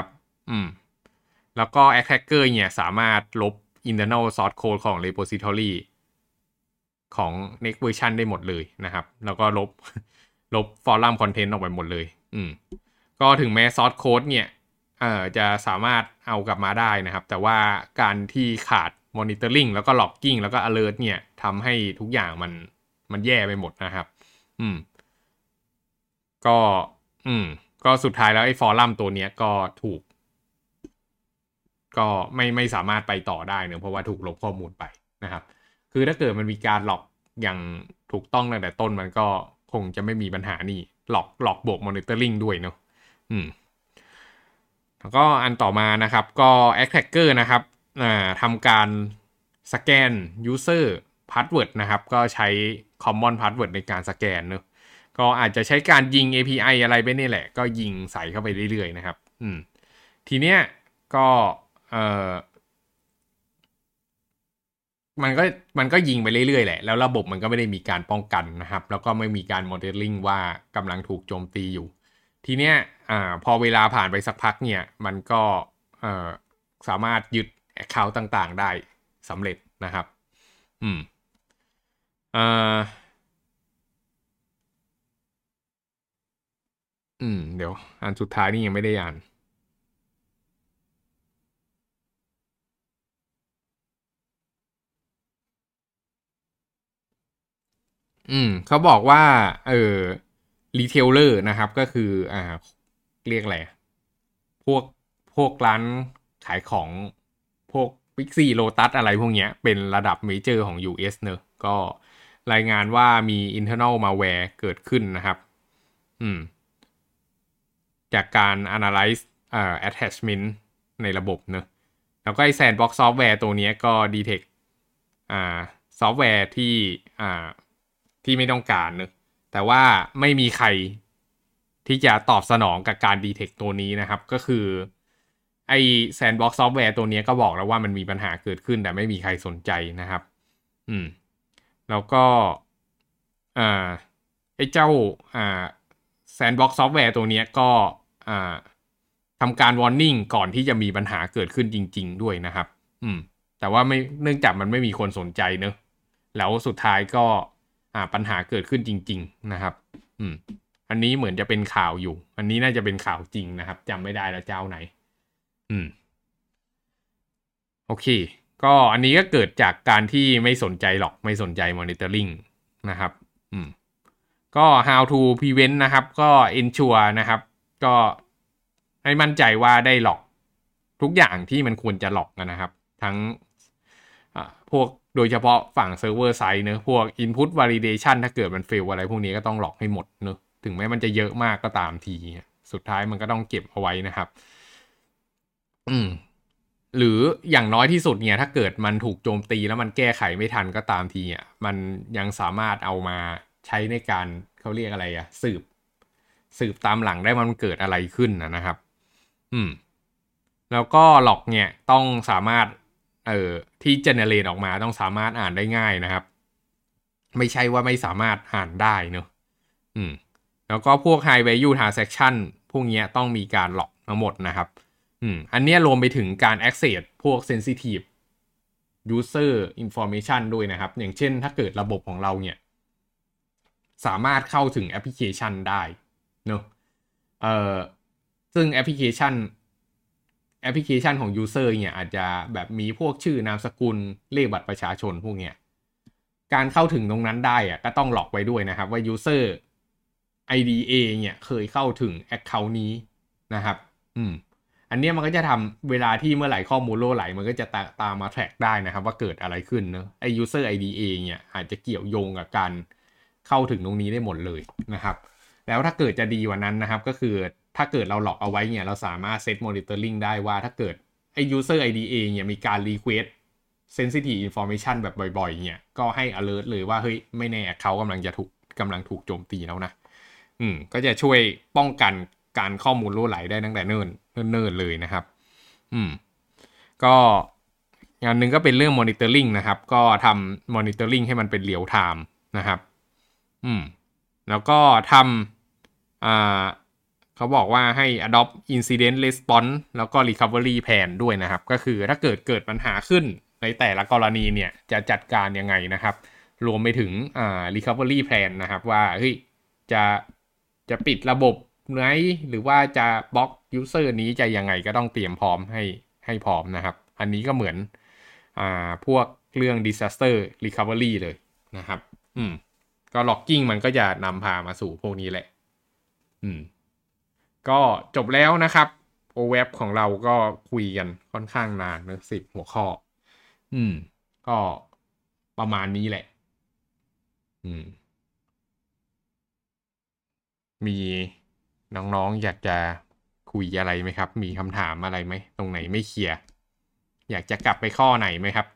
อืมแล้วก็ attacker เนี่ยสามารถลบ internal source code ของ repository ของ next version ได้หมดเลยนะครับแล้วก็ลบลบ forum content ออกไปหมดเลยอืมก็ถึงแม้ source code เนี่ยเอ่อจะสามารถเอากลับมาได้นะครับแต่ว่าการที่ขาด monitoring แล้วก็ logging แล้วก็ alert เนี่ยทำให้ทุกอย่างมันมันแย่ไปหมดนะครับอืมก็อืมก็สุดท้ายแล้วไอ้ฟอรัมตัวเนี้ยก็ถูกก็ไม่ไม่สามารถไปต่อได้เนอะเพราะว่าถูกลบข้อมูลไปนะครับคือถ้าเกิดมันมีการหลอกอย่างถูกต้องตั้งแต่ต้นมันก็คงจะไม่มีปัญหานี่หลอกหลอกบวกมอนิเตอร์ลิงด้วยเนอะอืมแล้วก็อันต่อมานะครับก็ attacker นะครับอ่าทำการสแกน user password นะครับก็ใช้ common password ในการสแกนเนอะก็อาจจะใช้การยิง เอ พี ไอ อะไรไปนี่แหละก็ยิงใส่เข้าไปเรื่อยๆนะครับอืมทีเนี้ยก็เอ่อมันก็มันก็ยิงไปเรื่อยๆแหละแล้วระบบมันก็ไม่ได้มีการป้องกันนะครับแล้วก็ไม่มีการโมเดลลิ่งว่ากำลังถูกโจมตีอยู่ทีเนี้ยอ่าพอเวลาผ่านไปสักพักเนี่ยมันก็เอ่อสามารถยึด Account ต่างๆได้สำเร็จนะครับอืมอ่าอืมเดี๋ยวอันสุดท้ายนี่ยังไม่ได้อ่านอืมเขาบอกว่าเออรีเทลเลอร์นะครับก็คืออ่าเรียกอะไร พวกพวกร้านขายของพวก Big C Lotus อะไรพวกเนี้ยเป็นระดับเมเจอร์ของ ยู เอส เนอะก็รายงานว่ามี internal malware เกิดขึ้นนะครับอืมจากการ analyze เอ่อ attachment ในระบบเนอะแล้วก็ไอ้ sandbox software ตัวนี้ก็ detect อ่าซอฟต์แวร์ที่อ่าที่ไม่ต้องการเนอะแต่ว่าไม่มีใครที่จะตอบสนองกับการ detect ตัวนี้นะครับก็คือไอ้ sandbox software ตัวนี้ก็บอกแล้วว่ามันมีปัญหาเกิดขึ้นแต่ไม่มีใครสนใจนะครับอืมแล้วก็อ่าไอ้เจ้าอ่า sandbox software ตัวนี้ก็อ่าทำการ warning ก่อนที่จะมีปัญหาเกิดขึ้นจริงๆด้วยนะครับอืมแต่ว่าไม่เนื่องจากมันไม่มีคนสนใจเนอะแล้วสุดท้ายก็อ่าปัญหาเกิดขึ้นจริงๆนะครับอืมอันนี้เหมือนจะเป็นข่าวอยู่อันนี้น่าจะเป็นข่าวจริงนะครับจำไม่ได้แล้วเจ้าไหนอืมโอเคก็อันนี้ก็เกิดจากการที่ไม่สนใจหรอกไม่สนใจ monitoring นะครับอืม ก็ how to prevent นะครับก็ ensure นะครับก็ให้มั่นใจว่าได้หลอกทุกอย่างที่มันควรจะหลอกนะครับทั้งพวกโดยเฉพาะฝั่ง server side เนอะพวก input validation ถ้าเกิดมัน fail อะไรพวกนี้ก็ต้องหลอกให้หมดเนอะถึงแม้มันจะเยอะมากก็ตามทีสุดท้ายมันก็ต้องเก็บเอาไว้นะครับอืมหรืออย่างน้อยที่สุดเนี่ยถ้าเกิดมันถูกโจมตีแล้วมันแก้ไขไม่ทันก็ตามทีอ่ะมันยังสามารถเอามาใช้ในการเขาเรียกอะไรอ่ะสืบสืบตามหลังได้มันเกิดอะไรขึ้นนะนะครับอืมแล้วก็หลอกเนี่ยต้องสามารถเอ่อที่เจเนเรตออกมาต้องสามารถอ่านได้ง่ายนะครับไม่ใช่ว่าไม่สามารถอ่านได้เนอะอืมแล้วก็พวก high value transaction พวกเนี้ยต้องมีการหลอกทั้งหมดนะครับ อืมอันเนี้ยรวมไปถึงการ access พวก sensitive user information ด้วยนะครับอย่างเช่นถ้าเกิดระบบของเราเนี่ยสามารถเข้าถึงแอปพลิเคชันได้เนอะเอ่อซึ่งแอปพลิเคชันแอปพลิเคชันของ user เนี่ยอาจจะแบบมีพวกชื่อนามสกุลเลขบัตรประชาชนพวกเนี้ยการเข้าถึงตรงนั้นได้อะก็ต้องหลอกไว้ด้วยนะครับว่า user ไอ ดี เอ เนี่ยเคยเข้าถึง account นี้นะครับอืม อันนี้มันก็จะทำเวลาที่เมื่อไหร่ข้อมูลโล่ไหลมันก็จะตาตามมาแทร็กได้นะครับว่าเกิดอะไรขึ้นเนอะไอ้ user ไอ ดี เอ เนี่ยอาจจะเกี่ยวโยงกับการเข้าถึงตรงนี้ได้หมดเลยนะครับแล้วถ้าเกิดจะดีกว่านั้นนะครับก็คือถ้าเกิดเราหลอกเอาไว้เนี่ยเราสามารถเซต monitoring ได้ว่าถ้าเกิดไอ้ user ไอ ดี เอ เนี่ยมีการ request sensitive information แบบบ่อยๆเนี่ยก็ให้ alert เลยว่าเฮ้ยไม่แน่เขากำลังจะถูกกำลังถูกโจมตีแล้วนะอืมก็จะช่วยป้องกันการข้อมูลรั่วไหลได้ตั้งแต่เนิ่นเนิ่นๆเลยนะครับอืมก็งานหนึ่งก็เป็นเรื่อง monitoring นะครับก็ทำ monitoring ให้มันเป็น real time นะครับอืมแล้วก็ทำอ่าเขเขาบอกว่าให้ adopt incident response แล้วก็ recovery plan ด้วยนะครับก็คือถ้าเกิดเกิดปัญหาขึ้นในแต่ละกรณีเนี่ยจะจัดการยังไงนะครับรวมไปถึงอ่า recovery plan นะครับว่าเฮ้ยจะจะปิดระบบไหนหรือว่าจะบล็อก user นี้จะยังไงก็ต้องเตรียมพร้อมให้ให้พร้อมนะครับอันนี้ก็เหมือนอ่าพวกเรื่อง disaster recovery เลยนะครับอืมก็ logging มันก็จะนำพามาสู่พวกนี้แหละอืมก็จบแล้วนะครับโอเว็บของเราก็คุยกันค่อนข้างนานนะสิบหัวข้ออืมก็ประมาณนี้แหละอืมมีน้องๆอยากจะคุยอะไรไหมครับมีคำถามอะไรไหมตรงไหนไม่เคลียร์อยากจะกลับไปข้อไหนไหมครับ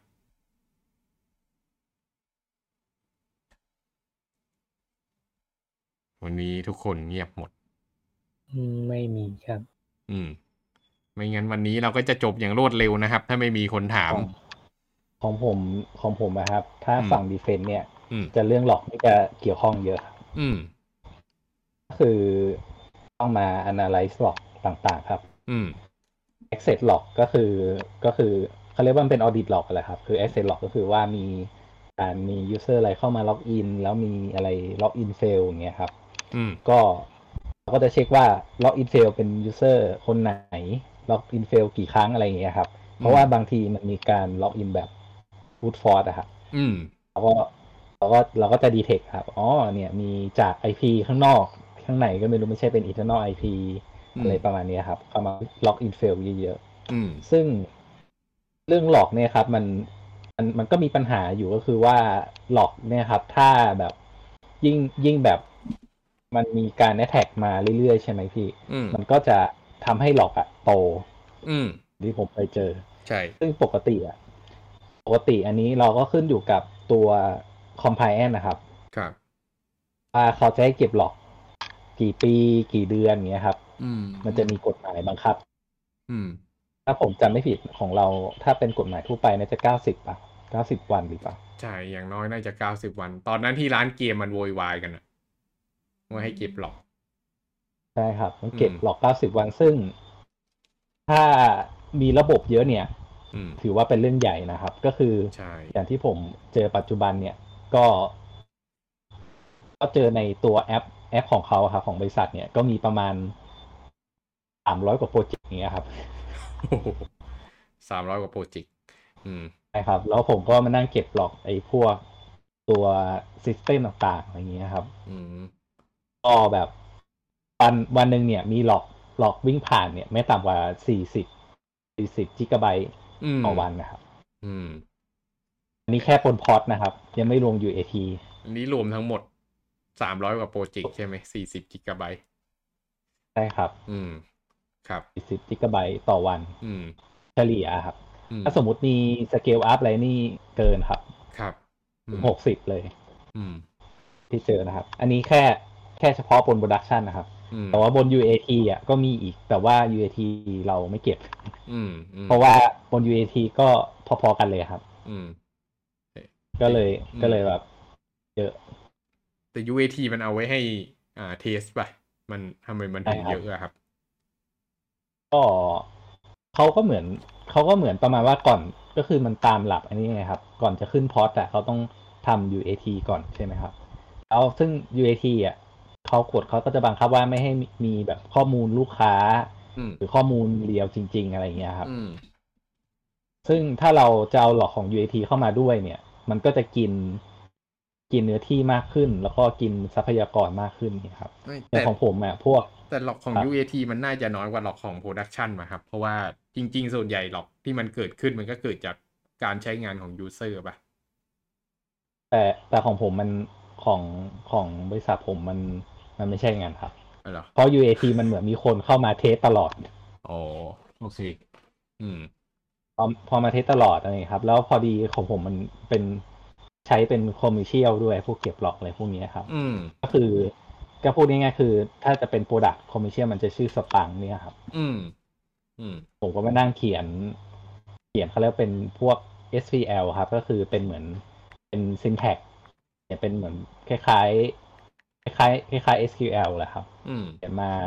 วันนี้ทุกคนเงียบหมดอืมไม่มีครับอืมไม่งั้นวันนี้เราก็จะจบอย่างรวดเร็วนะครับถ้าไม่มีคนถามของของผมของผมนะครับ ถ้าอืมฝั่งดีเฟนต์เนี่ยอืมจะเรื่องหลอกนี่จะเกี่ยวข้องเยอะครับอืมก็คือต้องมา analyze หลอกต่างๆครับอืม access log ก็คือก็คือเขาเรียกว่ามันเป็น audit log อะไรครับคือ access log ก็คือว่ามีการมี user อะไรเข้ามาล็อกอินแล้วมีอะไรล็อกอินเฟลอย่างเงี้ยครับอืมก็เราก็จะเช็คว่าล็อกอินเฟลเป็น user คนไหนล็อกอินเฟลกี่ครั้งอะไรอย่างเงี้ยครับเพราะว่าบางทีมันมีการล็อกอินแบบ brute force อะครับอืมเราก็เราก็เราก็จะ detect ครับอ๋อเนี่ยมีจาก ไอ พี ข้างนอกข้างในก็ไม่รู้ไม่ใช่เป็น internal ไอ พี อะไรประมาณนี้ครับเข้ามาล็อกอินเฟลเยอะอืมๆซึ่งเรื่องหลอกเนี่ยครับมันมันมันก็มีปัญหาอยู่ก็คือว่าหลอกเนี่ยครับถ้าแบบยิ่งยิ่งแบบมันมีการแอ t แทกมาเรื่อยๆใช่ไหมพี่อืมมันก็จะทำให้หลอกอะโตอืมที่ผมเคยเจอใช่ซึ่งปกติอะปกติอันนี้เราก็ขึ้นอยู่กับตัว compliance นะครับครับว่าเขาจะให้เก็บหลอกกี่ปีกี่เดือนอย่างเงี้ยครับอืมมันอืมจะมีกฎหมายบังคับอืมถ้าผมจำไม่ผิดของเราถ้าเป็นกฎหมายทั่วไปน่าจะเก้าสิบป่ะเก้าสิบวันหรือเปล่าใช่อย่างน้อยน่าจะเก้าสิบวันตอนนั้นที่ร้านเกมมันโวยวายกันอะว่าให้เก็บหลอกใช่ครับต้องอืมเก็บหลอกเก้าสิบวันซึ่งถ้ามีระบบเยอะเนี่ยอืมถือว่าเป็นเรื่องใหญ่นะครับก็คือใช่อย่างที่ผมเจอปัจจุบันเนี่ยก็ก็เจอในตัวแอปแอปของเขาครับของบริษัทเนี่ยก็มีประมาณสามร้อยกว่าโปรเจกต์อย่างเงี้ยครับสามร้อยกว่าโปรเจกต์อืมใช่ครับแล้วผมก็มานั่งเก็บหลอกไอ้พวกตัวซิสเต็มต่างๆอะไรอย่างเงี้ยครับอืมก็แบบวันวันหนึ่งเนี่ยมีหลอกหลอกวิ่งผ่านเนี่ยไม่ต่ำกว่าสี่สิบสี่สิบกิกะไบต์อืมต่อวันนะครับอืมอันนี้แค่บนพอร์ตนะครับยังไม่รวม ยู เอ ทีอันนี้รวมทั้งหมดสามร้อยกว่าโปรเจกต์ใช่ไหมสี่สิบกิกะไบต์ใช่ครับอืมครับสี่สิบกิกะไบต์ต่อวันอืมเฉลี่ยครับอืมถ้าสมมุติมีสเกลอัพอะไรนี่เกินครับครับอืถึงมหกสิบเลยอืมที่เจอนะครับอันนี้แค่แค่เฉพาะบนโปรดักชันนะครับอืมแต่ว่าบน ยู เอ ที อ่ะก็มีอีกแต่ว่า ยู เอ ที เราไม่เก็บอืมอืมเพราะว่าบน ยู เอ ที ก็พอๆกันเลยครับอืมก็แต่เลยอืมก็เลยแบบเยอะแต่ ยู เอ ที มันเอาไว้ให้อ่าเทสป่ะมันทำไมมันถึงใช่ครับเยอะอะครับก็เขาก็เหมือนเขาก็เหมือนประมาณว่าก่อนก็คือมันตามหลักอันนี้ไงครับก่อนจะขึ้นพอร์ตอะเขาต้องทำ ยู เอ ที ก่อนใช่ไหมครับแล้วซึ่ง ยู เอ ที อ่ะเขากฎเขาก็จะบังคับว่าไม่ให้มีแบบข้อมูลลูกค้าอืมหรือข้อมูลเรียวจริงๆอะไรอย่างเงี้ยครับอืมซึ่งถ้าเราจะเอาหลอกของ ยู เอ ที เข้ามาด้วยเนี่ยมันก็จะกินกินเนื้อที่มากขึ้นแล้วก็กินทรัพยากรมากขึ้นเนี่ยครับไม่แต่อย่างของผมอ่ะพวกแต่หลอกของครับยู เอ ที มันน่าจะน้อยกว่าหลอกของ Production มาครับเพราะว่าจริงๆส่วนใหญ่หลอกที่มันเกิดขึ้นมันก็เกิดจากการใช้งานของ User ป่ะแต่แต่ของผมมันของของบริษัทผมมันมันไม่ใช่งานครับอ๋อเหรอเพราะ ยู เอ ที มันเหมือนมีคนเข้ามาเทสตลอดอ๋อโอเคอืมพอพอมาเทสตลอดอะไรครับแล้วพอดีของผมมันเป็นใช้เป็นคอมเมอร์เชียลด้วยพวกเก็บหลอกอะไรพวกนี้ครับอืมก็คือก็พูดง่ายๆคือถ้าจะเป็นโปรดักต์คอมเมอร์เชียลมันจะชื่อสปังเนี่ยครับอืมอืมผมก็มานั่งเขียนเขียนเขาเรียกเป็นพวก เอส วี แอล ครับก็คือเป็นเหมือนเป็น syntax เนี่ยเป็นเหมือนคล้ายๆคล้ายๆคล้ายๆ เอส คิว แอล แหละครับอืมเขียนมา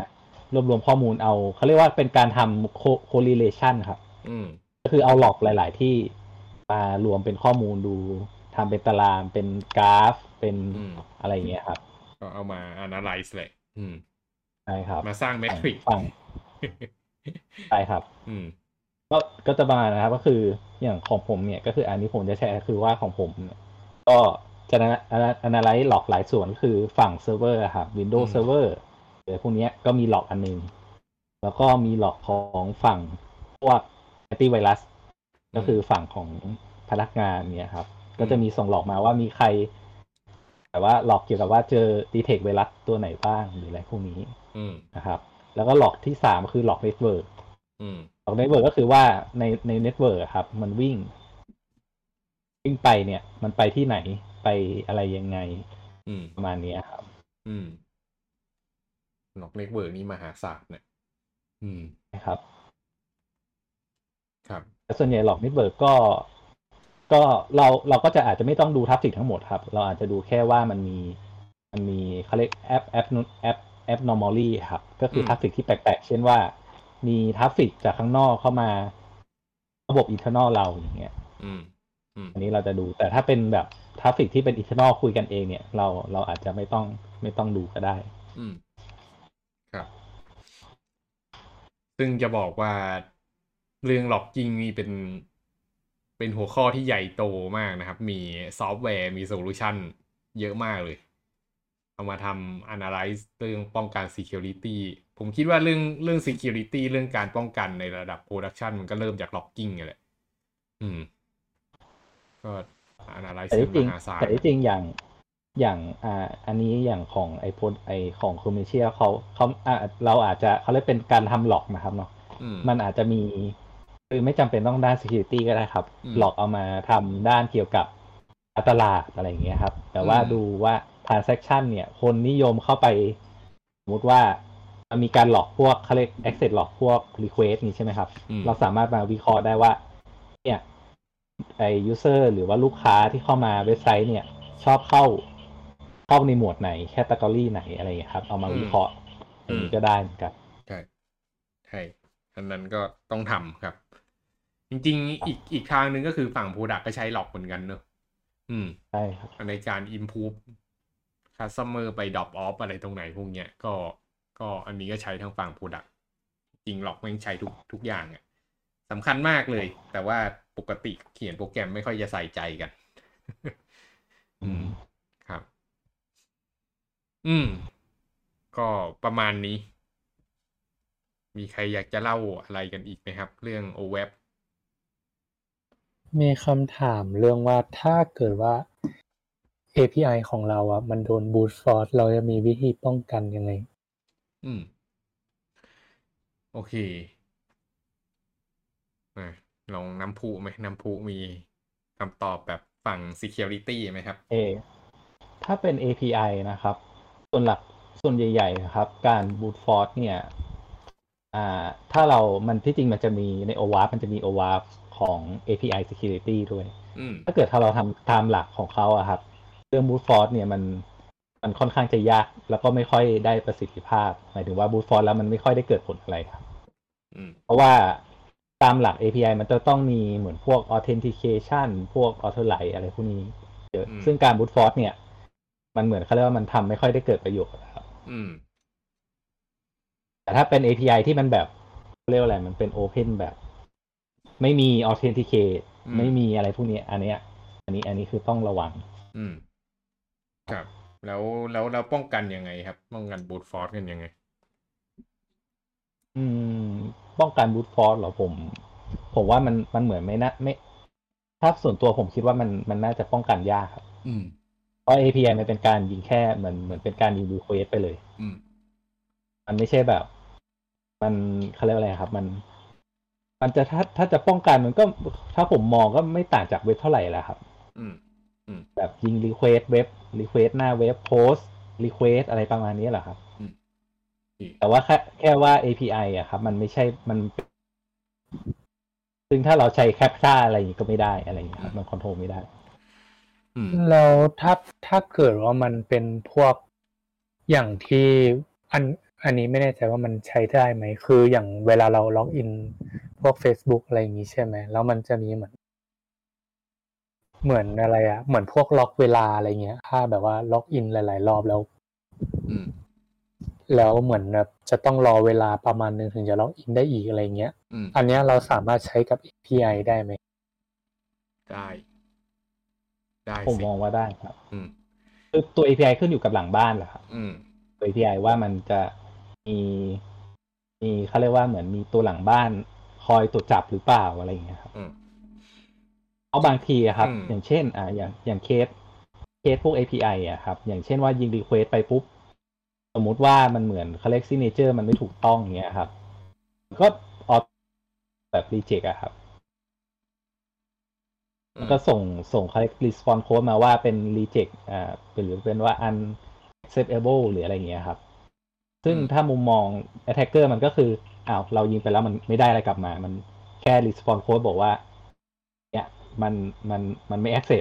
รวบรวมข้อมูลเอาเขาเรียกว่าเป็นการทำ correlation ครับก็คือเอาหลอกหลายๆที่มารวมเป็นข้อมูลดูทำเป็นตารางเป็นกราฟเป็นอะไรอย่างเงี้ยครับก็เอามา analyze เลยใช่ครับมาสร้างเมทริกฟังใช่ครับก็ก็จะประมาณนะครับก็คืออย่างของผมเนี่ยก็คืออันนี้ผมจะแชร์คือว่าของผมเนี่ยก็จะ analyze หลอกหลายส่วนก็คือฝั่งเซิร์ฟเวอร์ครับ Windows Server หรือพวกนี้ก็มีหลอกอันนึงแล้วก็มีหลอกของฝั่งพวกแอนตี้ไวรัสก็คือฝั่งของพนักงานเนี่ยครับก็จะมีส่งหลอกมาว่ามีใครแต่ว่าหลอกเกี่ยวกับว่าเจอ detect ไวรัสตัวไหนบ้างหรืออะไรพวกนี้นะครับแล้วก็หลอกที่สามคือหลอกเน็ตเวิร์กหลอกเน็ตเวิร์กก็คือว่าในในเน็ตเวิร์กครับมันวิ่งวิ่งไปเนี่ยมันไปที่ไหนไปอะไรยังไงประมาณนี้ครับหลอกเน็ตเวิร์กนี่มหาศาลเนี่ยอืมนะครับครับแต่ส่วนใหญ่หลอกเน็ตเวิร์กก็ก็เราเราก็จะอาจจะไม่ต้องดูทราฟฟิกทั้งหมดครับเราอาจจะดูแค่ว่ามันมีมันมีเขาเรียกแอปแอปแอปแอป normally ครับก็คือทราฟฟิกที่แปลกๆเช่นว่ามีทราฟฟิกจากข้างนอกเข้ามาระบบ internal เราอย่างเงี้ยอันนี้เราจะดูแต่ถ้าเป็นแบบทราฟฟิกที่เป็น internal คุยกันเองเนี่ยเราเราอาจจะไม่ต้องไม่ต้องดูก็ได้อืมครับซึ่งจะบอกว่าเรื่อง logging นี่เป็นเป็นหัวข้อที่ใหญ่โตมากนะครับมีซอฟต์แวร์มีโซลูชันเยอะมากเลยเอามาทำ analyze เรื่องป้องกัน security ผมคิดว่าเรื่องเรื่อง security เรื่องการป้องกันในระดับ production มันก็เริ่มจาก logging แหละอืมก็ analyze มหาศาลแต่จริงอย่างอย่างอ่าอันนี้อย่างของไอโพไอของ commercial เขาเขาอ่าเราอาจจะเขาเรียกเป็นการทำหลอกนะครับเนาะมันอาจจะมีคือไม่จำเป็นต้องด้าน security ก็ได้ครับหลอกเอามาทำด้านเกี่ยวกับตลาดอะไรอย่างเงี้ยครับแต่ว่าดูว่า transaction เนี่ยคนนิยมเข้าไปสมมติว่ามีการหลอกพวกเขาเรียก access หลอกพวก request นี่ใช่ไหมครับเราสามารถมาวิเคราะห์ได้ว่าเนี่ยไอ้ user หรือว่าลูกค้าที่เข้ามาเว็บไซต์เนี่ยชอบเข้าเข้าในหมวดไหนแคตตากรีไหนอะไรอย่างนี้ครับเอามาวิเคราะห์อย่างนี้ก็ได้เหมือนกันใช่ใช่อันนั้นก็ต้องทำครับจริงๆอีกอีกทางหนึ่งก็คือฝั่ง Product ก็ใช้หลอกเหมือนกันเนอะอืมใช่ครับในการ improve customer ไป drop off อะไรตรงไหนพวกเนี้ยก็ก็อันนี้ก็ใช้ทางฝั่ง Product จริงหลอกไม่ใช้ทุกทุกอย่างอ่ะสำคัญมากเลยแต่ว่าปกติเขียนโปรแกรมไม่ค่อยจะใส่ใจกันอืมครับอืมก็ประมาณนี้มีใครอยากจะเล่าอะไรกันอีกไหมครับเรื่อง โอ แวบมีคำถามเรื่องว่าถ้าเกิดว่า เอ พี ไอ ของเราอ่ะมันโดน brute force เราจะมีวิธีป้องกันยังไงอืมโอเคลองน้ำพุไหมน้ำพุมีคำตอบแบบฝั่ง security ไหมครับเอถ้าเป็น เอ พี ไอ นะครับส่วนหลักส่วนใหญ่ๆครับการ brute force เนี่ยอ่าถ้าเรามันที่จริงมันจะมีใน โอ วาร์ป มันจะมี โอ วาร์ป ของ เอ พี ไอ security ด้วยถ้าเกิดถ้าเราทำตามหลักของเขาอะครับเรื่อง brute force เนี่ยมันมันค่อนข้างจะยากแล้วก็ไม่ค่อยได้ประสิทธิภาพหมายถึงว่า brute force แล้วมันไม่ค่อยได้เกิดผลอะไรครับเพราะว่าตามหลัก เอ พี ไอ มันจะต้องมีเหมือนพวก authentication พวก authorize อะไรพวกนี้เยอะซึ่งการ brute force เนี่ยมันเหมือนเขาเรียกว่ามันทำไม่ค่อยได้เกิดประโยชน์ครับแต่ถ้าเป็น เอ พี ไอ ที่มันแบบเรียกว่าอะไรมันเป็น open แบบไม่มี authenticate ไม่มีอะไรพวกนี้อันเนี้ยอันนี้อันนี้คือต้องระวังอืมครับแล้วแล้วเราป้องกันยังไงครับป้องกัน brute force กันยังไงอืมป้องกัน brute force เหรอผมผมว่ามันมันเหมือนไม่น่าไม่ถ้าส่วนตัวผมคิดว่ามันมันน่าจะป้องกันยากครับเพราะ เอ พี ไอ มันเป็นการยิงแค่เหมือนเหมือนเป็นการยิง request ไปเลยมันไม่ใช่แบบมันเขาเรียกอะไรครับมันมันจะถ้าถ้าจะป้องกันมันก็ถ้าผมมองก็ไม่ต่างจากเว็บเท่าไหร่แหละครับแบบยิง request เว็บ request หน้าเว็บ post request อะไรประมาณนี้แหละครับแต่ว่าแค่แค่ว่า เอ พี ไอ อะครับมันไม่ใช่มันซึ่งถ้าเราใช้แคปชั่นอะไรอย่างนี้ก็ไม่ได้อะไรอย่างนี้ครับมันคอนโทรลไม่ได้แล้วถ้าถ้าเกิดว่ามันเป็นพวกอย่างที่อันอันนี้ไม่แน่ใจว่ามันใช้ได้ไหมคืออย่างเวลาเราล็อกอินพวก Facebook อะไรอย่างงี้ใช่ไหมแล้วมันจะมีเหมือนเหมือนอะไรอะเหมือนพวกล็อกเวลาอะไรเงี้ยถ้าแบบว่าล็อกอินหลายๆรอบแล้วอืมแล้วเหมือนแบบจะต้องรอเวลาประมาณนึงถึงจะล็อกอินได้อีกอะไรเงี้ยอืมอันเนี้ยเราสามารถใช้กับ เอ พี ไอ ได้ไหมได้ได้ผมสิมองว่าได้ครับอืมคือตัว เอ พี ไอ ขึ้นอยู่กับหลังบ้านแหละครับอืมตัว เอ พี ไอ ว่ามันจะมีมีเขาเรียกว่าเหมือนมีตัวหลังบ้านคอยตรวจจับหรือเปล่าอะไรอย่างเงี้ยครับอืมเอาบางทีอะครับอืมอย่างเช่นอ่าอย่างอย่างเคสเคสพวก เอ พี ไอ อะครับอย่างเช่นว่ายิงรีเควสไปปุ๊บสมมุติว่ามันเหมือนเขาเรียกซิกเนเจอร์มันไม่ถูกต้องอย่างเงี้ยครับก็ออแบบรีเจ็คอะครับอืมแล้วก็ส่งส่งเขาเรียก response code มาว่าเป็น reject อ่าเป็นหรือเป็นว่า unacceptable หรืออะไรอย่างเงี้ยครับซึ่งอืมถ้ามุมมอง attacker มันก็คืออ้าวเรายิงไปแล้วมันไม่ได้อะไรกลับมามันแค่ response code บอกว่าเนี่ยมันมันมันไม่ accept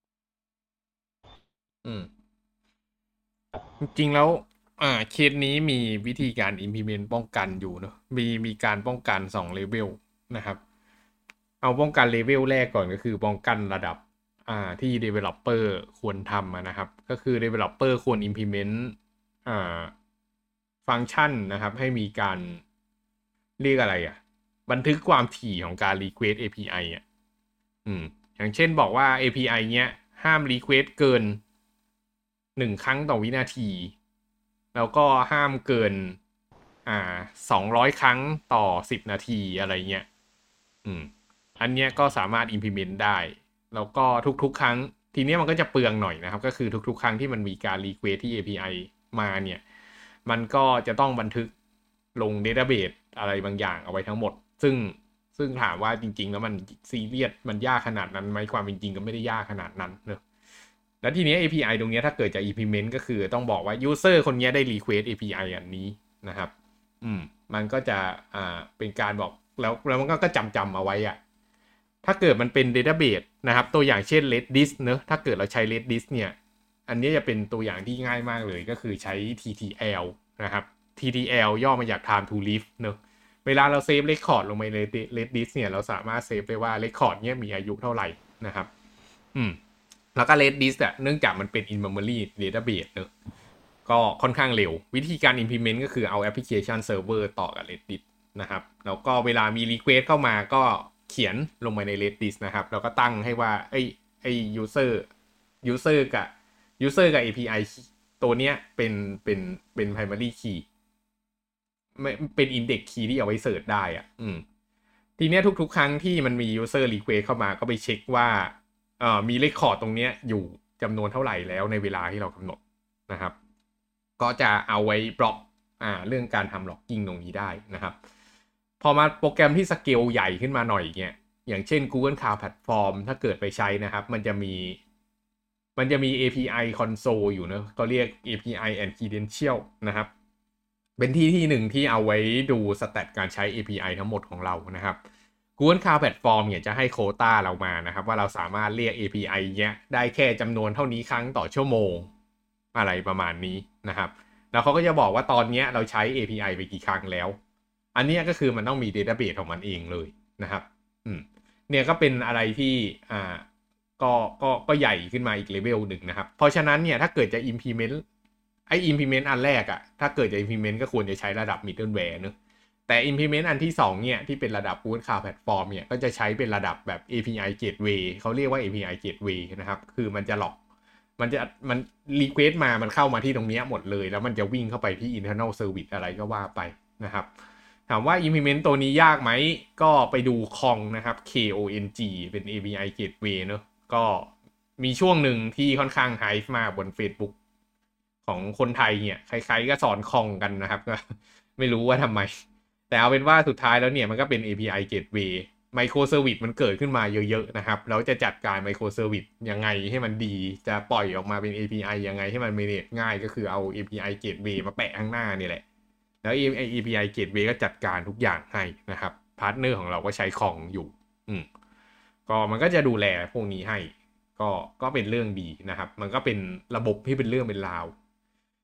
อืมจริงๆแล้วอ่าเคสนี้มีวิธีการ implement ป้องกันอยู่เนอะมีมีการป้องกันสองเลเวลนะครับเอาป้องกันเลเวลแรกก่อนก็คือป้องกันระดับอ่าที่ developer ควรทำอะนะครับก็คือ developer ควร implement อ่าฟังก์ชันนะครับให้มีการเรียกอะไรอ่ะบันทึกความถี่ของการ request เอ พี ไอ อ่ะอืมอย่างเช่นบอกว่า เอ พี ไอ เนี้ยห้าม request เกินหนึ่งครั้งต่อวินาทีแล้วก็ห้ามเกินอ่าสองร้อยครั้งต่อสิบนาทีอะไรเงี้ยอืมอันเนี้ยก็สามารถ implement ได้แล้วก็ทุกๆครั้งทีเนี้ยมันก็จะเปลืองหน่อยนะครับก็คือทุกๆครั้งที่มันมีการ request ที่ เอ พี ไอ มาเนี่ยมันก็จะต้องบันทึกลง database อะไรบางอย่างเอาไว้ทั้งหมดซึ่งซึ่งถามว่าจริงๆแล้วมันซีเรียสมันยากขนาดนั้นไหมความเป็นจริงก็ไม่ได้ยากขนาดนั้นเนอะแล้วทีนี้ เอ พี ไอ ตรงนี้ถ้าเกิดจะ implement ก็คือต้องบอกว่า user คนนี้ได้ request เอ พี ไอ อันนี้นะครับอืมมันก็จะอ่าเป็นการบอกแล้วแล้วมันก็ก็จำจำเอาไว้อะถ้าเกิดมันเป็น database นะครับตัวอย่างเช่น Redis เนอะถ้าเกิดเราใช้ Redis เนี่ยอันนี้จะเป็นตัวอย่างที่ง่ายมากเลยก็คือใช้ ที ที แอล นะครับ ที ที แอล ย่อมาจาก time to live เนอะเวลาเราเซฟ record ลงไปใน Redis เนี่ยเราสามารถเซฟได้ว่า record เนี่ยมีอายุเท่าไหร่นะครับอืมแล้วก็ Redis อ่ะเนื่องจากมันเป็น in memory database เนอะก็ค่อนข้างเร็ววิธีการ implement ก็คือเอา application server ต่อกับ Redis นะครับแล้วก็เวลามี request เข้ามาก็เขียนลงไปใน Redis นะครับแล้วก็ตั้งให้ว่าไอ้ไอ้ user user กับ user กับ เอ พี ไอ ตัวเนี้ยเป็นเป็นเป็น primary key ไม่เป็น index key ที่เอาไว้เสิร์ชได้อ่ะอืมทีเนี้ยทุกๆครั้งที่มันมี user request เข้ามาก็ไปเช็คว่าเอ่อมี record ตรงเนี้ยอยู่จำนวนเท่าไหร่แล้วในเวลาที่เรากำหนดนะครับก็จะเอาไว้บล็อกอ่าเรื่องการทำ logging ตรงนี้ได้นะครับพอมาโปรแกรมที่สเกลใหญ่ขึ้นมาหน่อยเงี้ยอย่างเช่น Google Cloud Platform ถ้าเกิดไปใช้นะครับมันจะมีมันจะมี เอ พี ไอ console อยู่นะก็เรียก เอ พี ไอ and credential นะครับเป็นที่ที่หนึ่งที่เอาไว้ดูสแตทการใช้ เอ พี ไอ ทั้งหมดของเรานะครับ Google Cloud Platform เนี่ยจะให้โควต้าเรามานะครับว่าเราสามารถเรียก เอ พี ไอ เนี้ยได้แค่จำนวนเท่านี้ครั้งต่อชั่วโมงอะไรประมาณนี้นะครับแล้วเขาก็จะบอกว่าตอนนี้เราใช้ เอ พี ไอ ไปกี่ครั้งแล้วอันนี้ก็คือมันต้องมี database ของมันเองเลยนะครับอืมเนี่ยก็เป็นอะไรที่อ่าก็ก็ก็ใหญ่ขึ้นมาอีกเลเวลหนึ่งนะครับเพราะฉะนั้นเนี่ยถ้าเกิดจะ implement ไอ้ implement อันแรกอะถ้าเกิดจะ implement ก็ควรจะใช้ระดับ middleware เนอะแต่ implement อันที่สองเนี่ยที่เป็นระดับ Google Cloud Platform เนี่ยก็จะใช้เป็นระดับแบบ เอ พี ไอ Gateway เขาเรียกว่า เอ พี ไอ Gateway นะครับคือมันจะหลอกมันจะมัน request มามันเข้ามาที่ตรงนี้หมดเลยแล้วมันจะวิ่งเข้าไปที่ internal service อะไรก็ว่าไปนะครับถามว่า implement ตัวนี้ยากไหมก็ไปดู Kong นะครับ เค โอ เอ็น จี เป็น เอ พี ไอ Gateway เนอะก็มีช่วงหนึ่งที่ค่อนข้างไฮป์มากบน Facebook ของคนไทยเนี่ยใครๆก็สอนคองกันนะครับก็ไม่รู้ว่าทำไมแต่เอาเป็นว่าสุดท้ายแล้วเนี่ยมันก็เป็น เอ พี ไอ Gateway Microservice มันเกิดขึ้นมาเยอะๆนะครับแล้วจะจัดการ Microservice ยังไงให้มันดีจะปล่อยออกมาเป็น เอ พี ไอ ยังไงให้มัน manage ง่ายก็คือเอา เอ พี ไอ Gateway มาแปะข้างหน้านี่แหละแล้ว เอ พี ไอ Gateway ก็จัดการทุกอย่างให้นะครับพาร์ทเนอร์ของเราก็ใช้คองอยู่อืมก็มันก็จะดูแลพวกนี้ให้ก็ก็เป็นเรื่องดีนะครับมันก็เป็นระบบที่เป็นเรื่องเป็นราว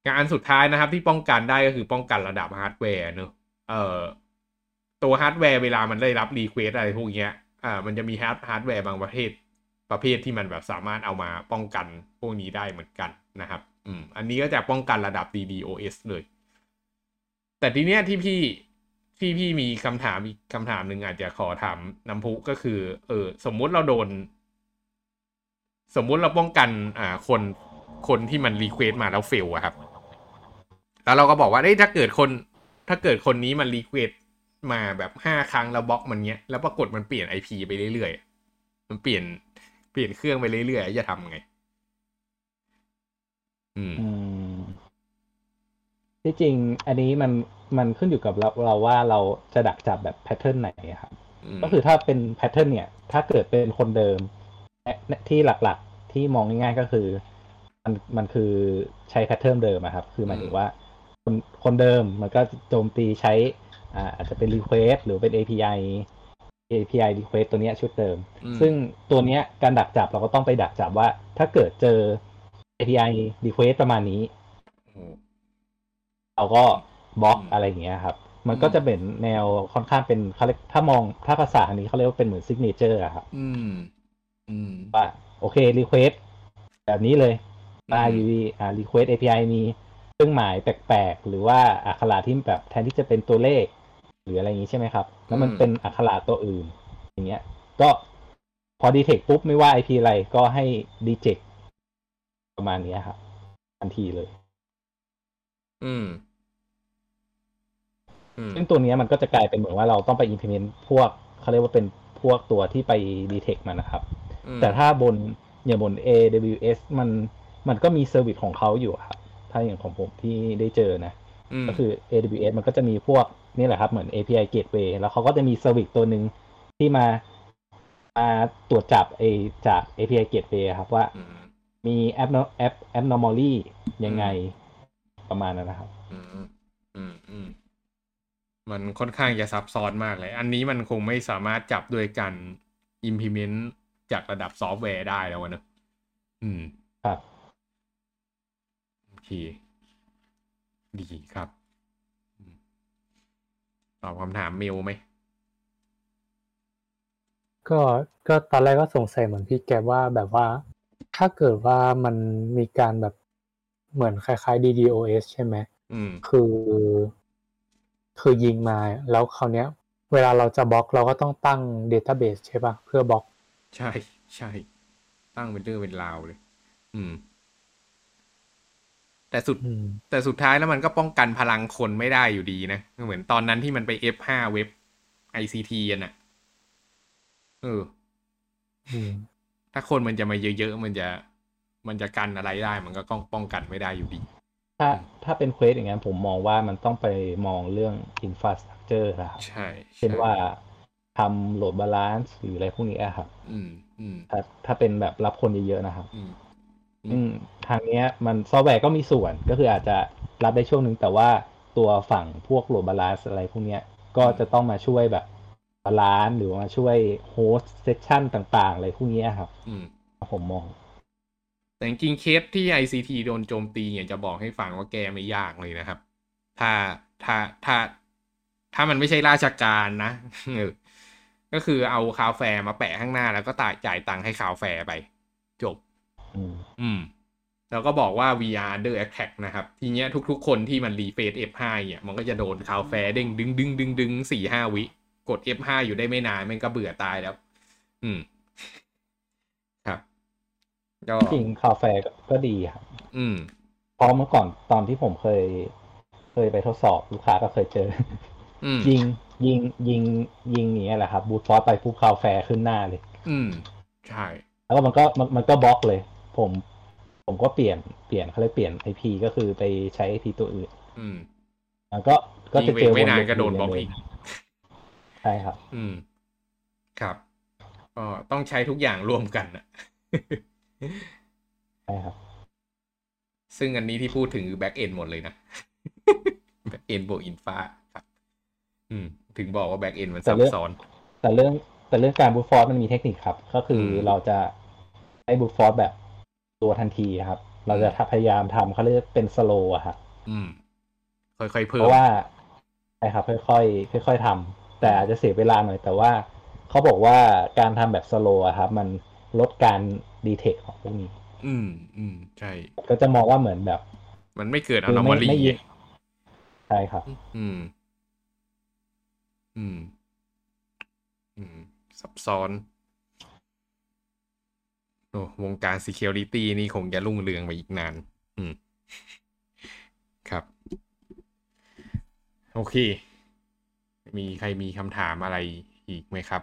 งานสุดท้ายนะครับที่ป้องกันได้ก็คือป้องกันระดับฮาร์ดแวร์เนอะเอ่อตัวฮาร์ดแวร์เวลามันได้รับรีเควสอะไรพวกเนี้ยอ่ามันจะมีฮาร์ดฮาร์ดแวร์บางประเภทประเภทที่มันแบบสามารถเอามาป้องกันพวกนี้ได้เหมือนกันนะครับอืมอันนี้ก็จะป้องกันระดับ ดี ดี โอ เอส เลยแต่ทีเนี้ยที่พี่ที่พี่มีคำถามอีกคำถามหนึ่งอาจจะขอถามน้ำพุก็คือเออสมมุติเราโดนสมมุติเราป้องกันอ่าคนคนที่มันรีเควสมาแล้วเฟลอะครับแล้วเราก็บอกว่าเอ้ยถ้าเกิดคนถ้าเกิดคนนี้มันรีเควสมาแบบห้าครั้งแล้วบล็อกมันเนี้ยแล้วปรากฏมันเปลี่ยน ไอ พี ไปเรื่อยๆมันเปลี่ยนเปลี่ยนเครื่องไปเรื่อยๆจะทำไงอืมอืมที่จริงอันนี้มันมันขึ้นอยู่กับเราเราว่าเราจะดักจับแบบแพทเทิร์นไหนครับ ก็คือถ้าเป็นแพทเทิร์นเนี่ยถ้าเกิดเป็นคนเดิมที่หลักๆที่มองง่ายๆก็คือมันมันคือใช้แพทเทิร์นเดิมอะครับคือหมายถึงว่าคนคนเดิมมันก็โจมตีใช้อ่าอาจจะเป็น request หรือเป็น เอ พี ไอ เอ พี ไอ request ตัวเนี้ยชุดเดิมซึ่งตัวเนี้ยการดักจับเราก็ต้องไปดักจับว่าถ้าเกิดเจอ เอ พี ไอ request ประมาณนี้เราก็บล็อกอะไรอย่างเงี้ยครับมันก็จะเป็นแนวค่อนข้างเป็นเขาเรียกถ้ามองถ้าภาษาอันนี้เขาเรียกว่าเป็นเหมือนซิกเนเจอร์อะครับอืมอืมว่าโอเค request แบบนี้เลยมา ยู วี อ่า request เอ พี ไอ มีเครื่องหมายแปลกๆหรือว่าอักขระที่แบบแทนที่จะเป็นตัวเลขหรืออะไรอย่างนี้ใช่ไหมครับแล้วมันเป็นอักขระตัวอื่นอย่างเงี้ยก็พอ detect ปุ๊บไม่ว่า ไอ พี อะไรก็ให้ reject ประมาณนี้ครับทันทีเลยอืมซึ่งตัวนี้มันก็จะกลายเป็นเหมือนว่าเราต้องไป implement พวกเขาเรียกว่าเป็นพวกตัวที่ไป detect มันนะครับแต่ถ้าบนอย่างบน เอ ดับเบิลยู เอส มันมันก็มีเซอร์วิสของเขาอยู่ครับถ้าอย่างของผมที่ได้เจอนะก็คือ เอ ดับเบิลยู เอส มันก็จะมีพวกนี่แหละครับเหมือน เอ พี ไอ Gateway แล้วเขาก็จะมีเซอร์วิสตัวหนึ่งที่มามาตรวจจับไอจาก เอ พี ไอ Gateway ครับว่ามี abnormally ยังไงประมาณนั้นนะครับอืมอืมอืมมันค่อนข้างจะซับซ้อนมากเลยอันนี้มันคงไม่สามารถจับโดยการ implement จากระดับซอฟต์แวร์ได้แล้วนะอืมครับโอเคดีครับตอบคำถามเมลไหมก็ก็ตอนแรกก็สงสัยเหมือนพี่แกว่าแบบว่าถ้าเกิดว่ามันมีการแบบเหมือนคล้ายๆ ดี ดี โอ เอส ใช่ไหมอืมคือคือยิงมาแล้วคราวเนี้ยเวลาเราจะบล็อกเราก็ต้องตั้ง database ใช่ป่ะเพื่อบล็อกใช่ใช่ตั้งเป็นเรื่องเป็นราวเลยอืมแต่สุดแต่สุดท้ายแล้วมันก็ป้องกันพลังคนไม่ได้อยู่ดีนะเหมือนตอนนั้นที่มันไป เอฟ ห้า เว็บ ไอ ซี ที อ่ะน่ะเออถ้าคนมันจะมาเยอะๆมันจะมันจะกันอะไรได้มันก็ป้องกันไม่ได้อยู่ดีถ้าถ้าเป็นเควสอย่างนั้นผมมองว่ามันต้องไปมองเรื่อง infrastructure ครับใช่เช่นว่าทำโหลดบาลานซ์หรืออะไรพวกนี้ครับอืมอืมถ้าถ้าเป็นแบบรับคนเยอะๆนะครับอืมอืมทางเนี้ยมันซอฟต์แวร์ก็มีส่วนก็คืออาจจะรับได้ช่วงหนึ่งแต่ว่าตัวฝั่งพวกโหลดบาลานซ์อะไรพวกเนี้ยก็จะต้องมาช่วยแบบบาลานซ์หรือมาช่วยโฮสต์เซสชันต่างๆอะไรพวกนี้ครับอืมผมมองแต่จริงๆเคสที่ ไอ ซี ที โดนโจมตีเนี่ยจะบอกให้ฟังว่าแก้ไม่ยากเลยนะครับถ้าถ้าถ้าถ้ามันไม่ใช่ราชการนะเออก็คือเอาคาวแฟร์มาแปะข้างหน้าแล้วก็จ่ายจ่ายตังค์ให้คาวแฟร์ไปจบอืมอืมแล้วก็บอกว่า วี อาร์ under attack นะครับทีเนี้ยทุกๆคนที่มันรีเฟซ เอฟ ห้า เนี่ยมันก็จะโดนคาวแฟร์เด้งดึงดึงดึงดึงสี่ห้าวิกด เอฟ ห้า อยู่ได้ไม่นานมันก็เบื่อตายแล้ว อืมครับก็จริงคาเฟ่ก็ดีครับอืมเพราะเมื่อก่อนตอนที่ผมเคยเคยไปทดสอบลูกค้าก็เคยเจอยิงยิงยิงยิงอย่างเงี้ยแหละครับบูทฟอร์สไปปุ๊บคาเฟ่ขึ้นหน้าเลยอืมใช่แล้วก็มันก็มันมันก็บล็อกเลยผมผมก็เปลี่ยนเปลี่ยนเขาเลยเปลี่ยน ไอ พี ก็คือไปใช้ ไอ พี ตัวอื่นอืมแล้วก็ก็จะเจอไม่วนนานก็โดลูปนบล็อกอีกใช่ครับอืมครับก็ต้องใช้ทุกอย่างร่วมกันนะใช่ครับซึ่งอันนี้ที่พูดถึงคือแบ็กเอนหมดเลยนะแบ็กเอนบวกอินฟาครับอืมถึงบอกว่าแบ็กเอนมันซับซ้อนแต่เรื่องแต่เรื่องการบูทฟอร์สมันมีเทคนิคครับก็คือเราจะให้บูทฟอร์สแบบตัวทันทีครับเราจะพยายามทำเขาเรียกเป็นสโลว์อะครับอืม ค่อยๆเพเพิ่มราะว่าใช่ครับค่อยๆค่อยๆทำแต่อาจจะเสียเวลาหน่อยแต่ว่าเขาบอกว่าการทำแบบสโลว์อะครับ มันลดการดีเทคของพวกนี้อืม อืม ใช่ก็จะมองว่าเหมือนแบบมันไม่เกิดคือไม่ anomaly ไม่ไงยิงใช่ครับอืม อืม อืม ซับซ้อน โอ้วงการ security นี่คงจะรุ่งเรืองไปอีกนาน อืม ครับ โอเค มีใครมีคำถามอะไรอีกไหมครับ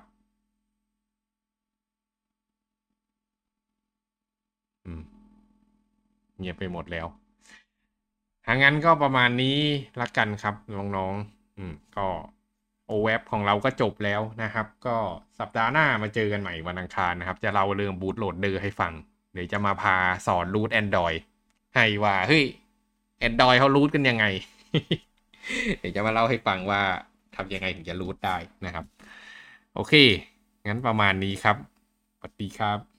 อืม เงียบไปหมดแล้วถ้างั้นก็ประมาณนี้ละกันครับน้องๆอืม ก็โอเว็บของเราก็จบแล้วนะครับ ก็สัปดาห์หน้ามาเจอกันใหม่วันอังคารนะครับ จะเล่าเรื่องบูตโหลดเดอร์ให้ฟัง เดี๋ยวจะมาพาสอนรูท Android ให้ว่า เฮ้ย Android เขารูทกันยังไง เดี๋ยวจะมาเล่าให้ฟังว่าทำยังไงถึงจะรูทได้นะครับ โอเค งั้นประมาณนี้ครับ สวัสดีครับ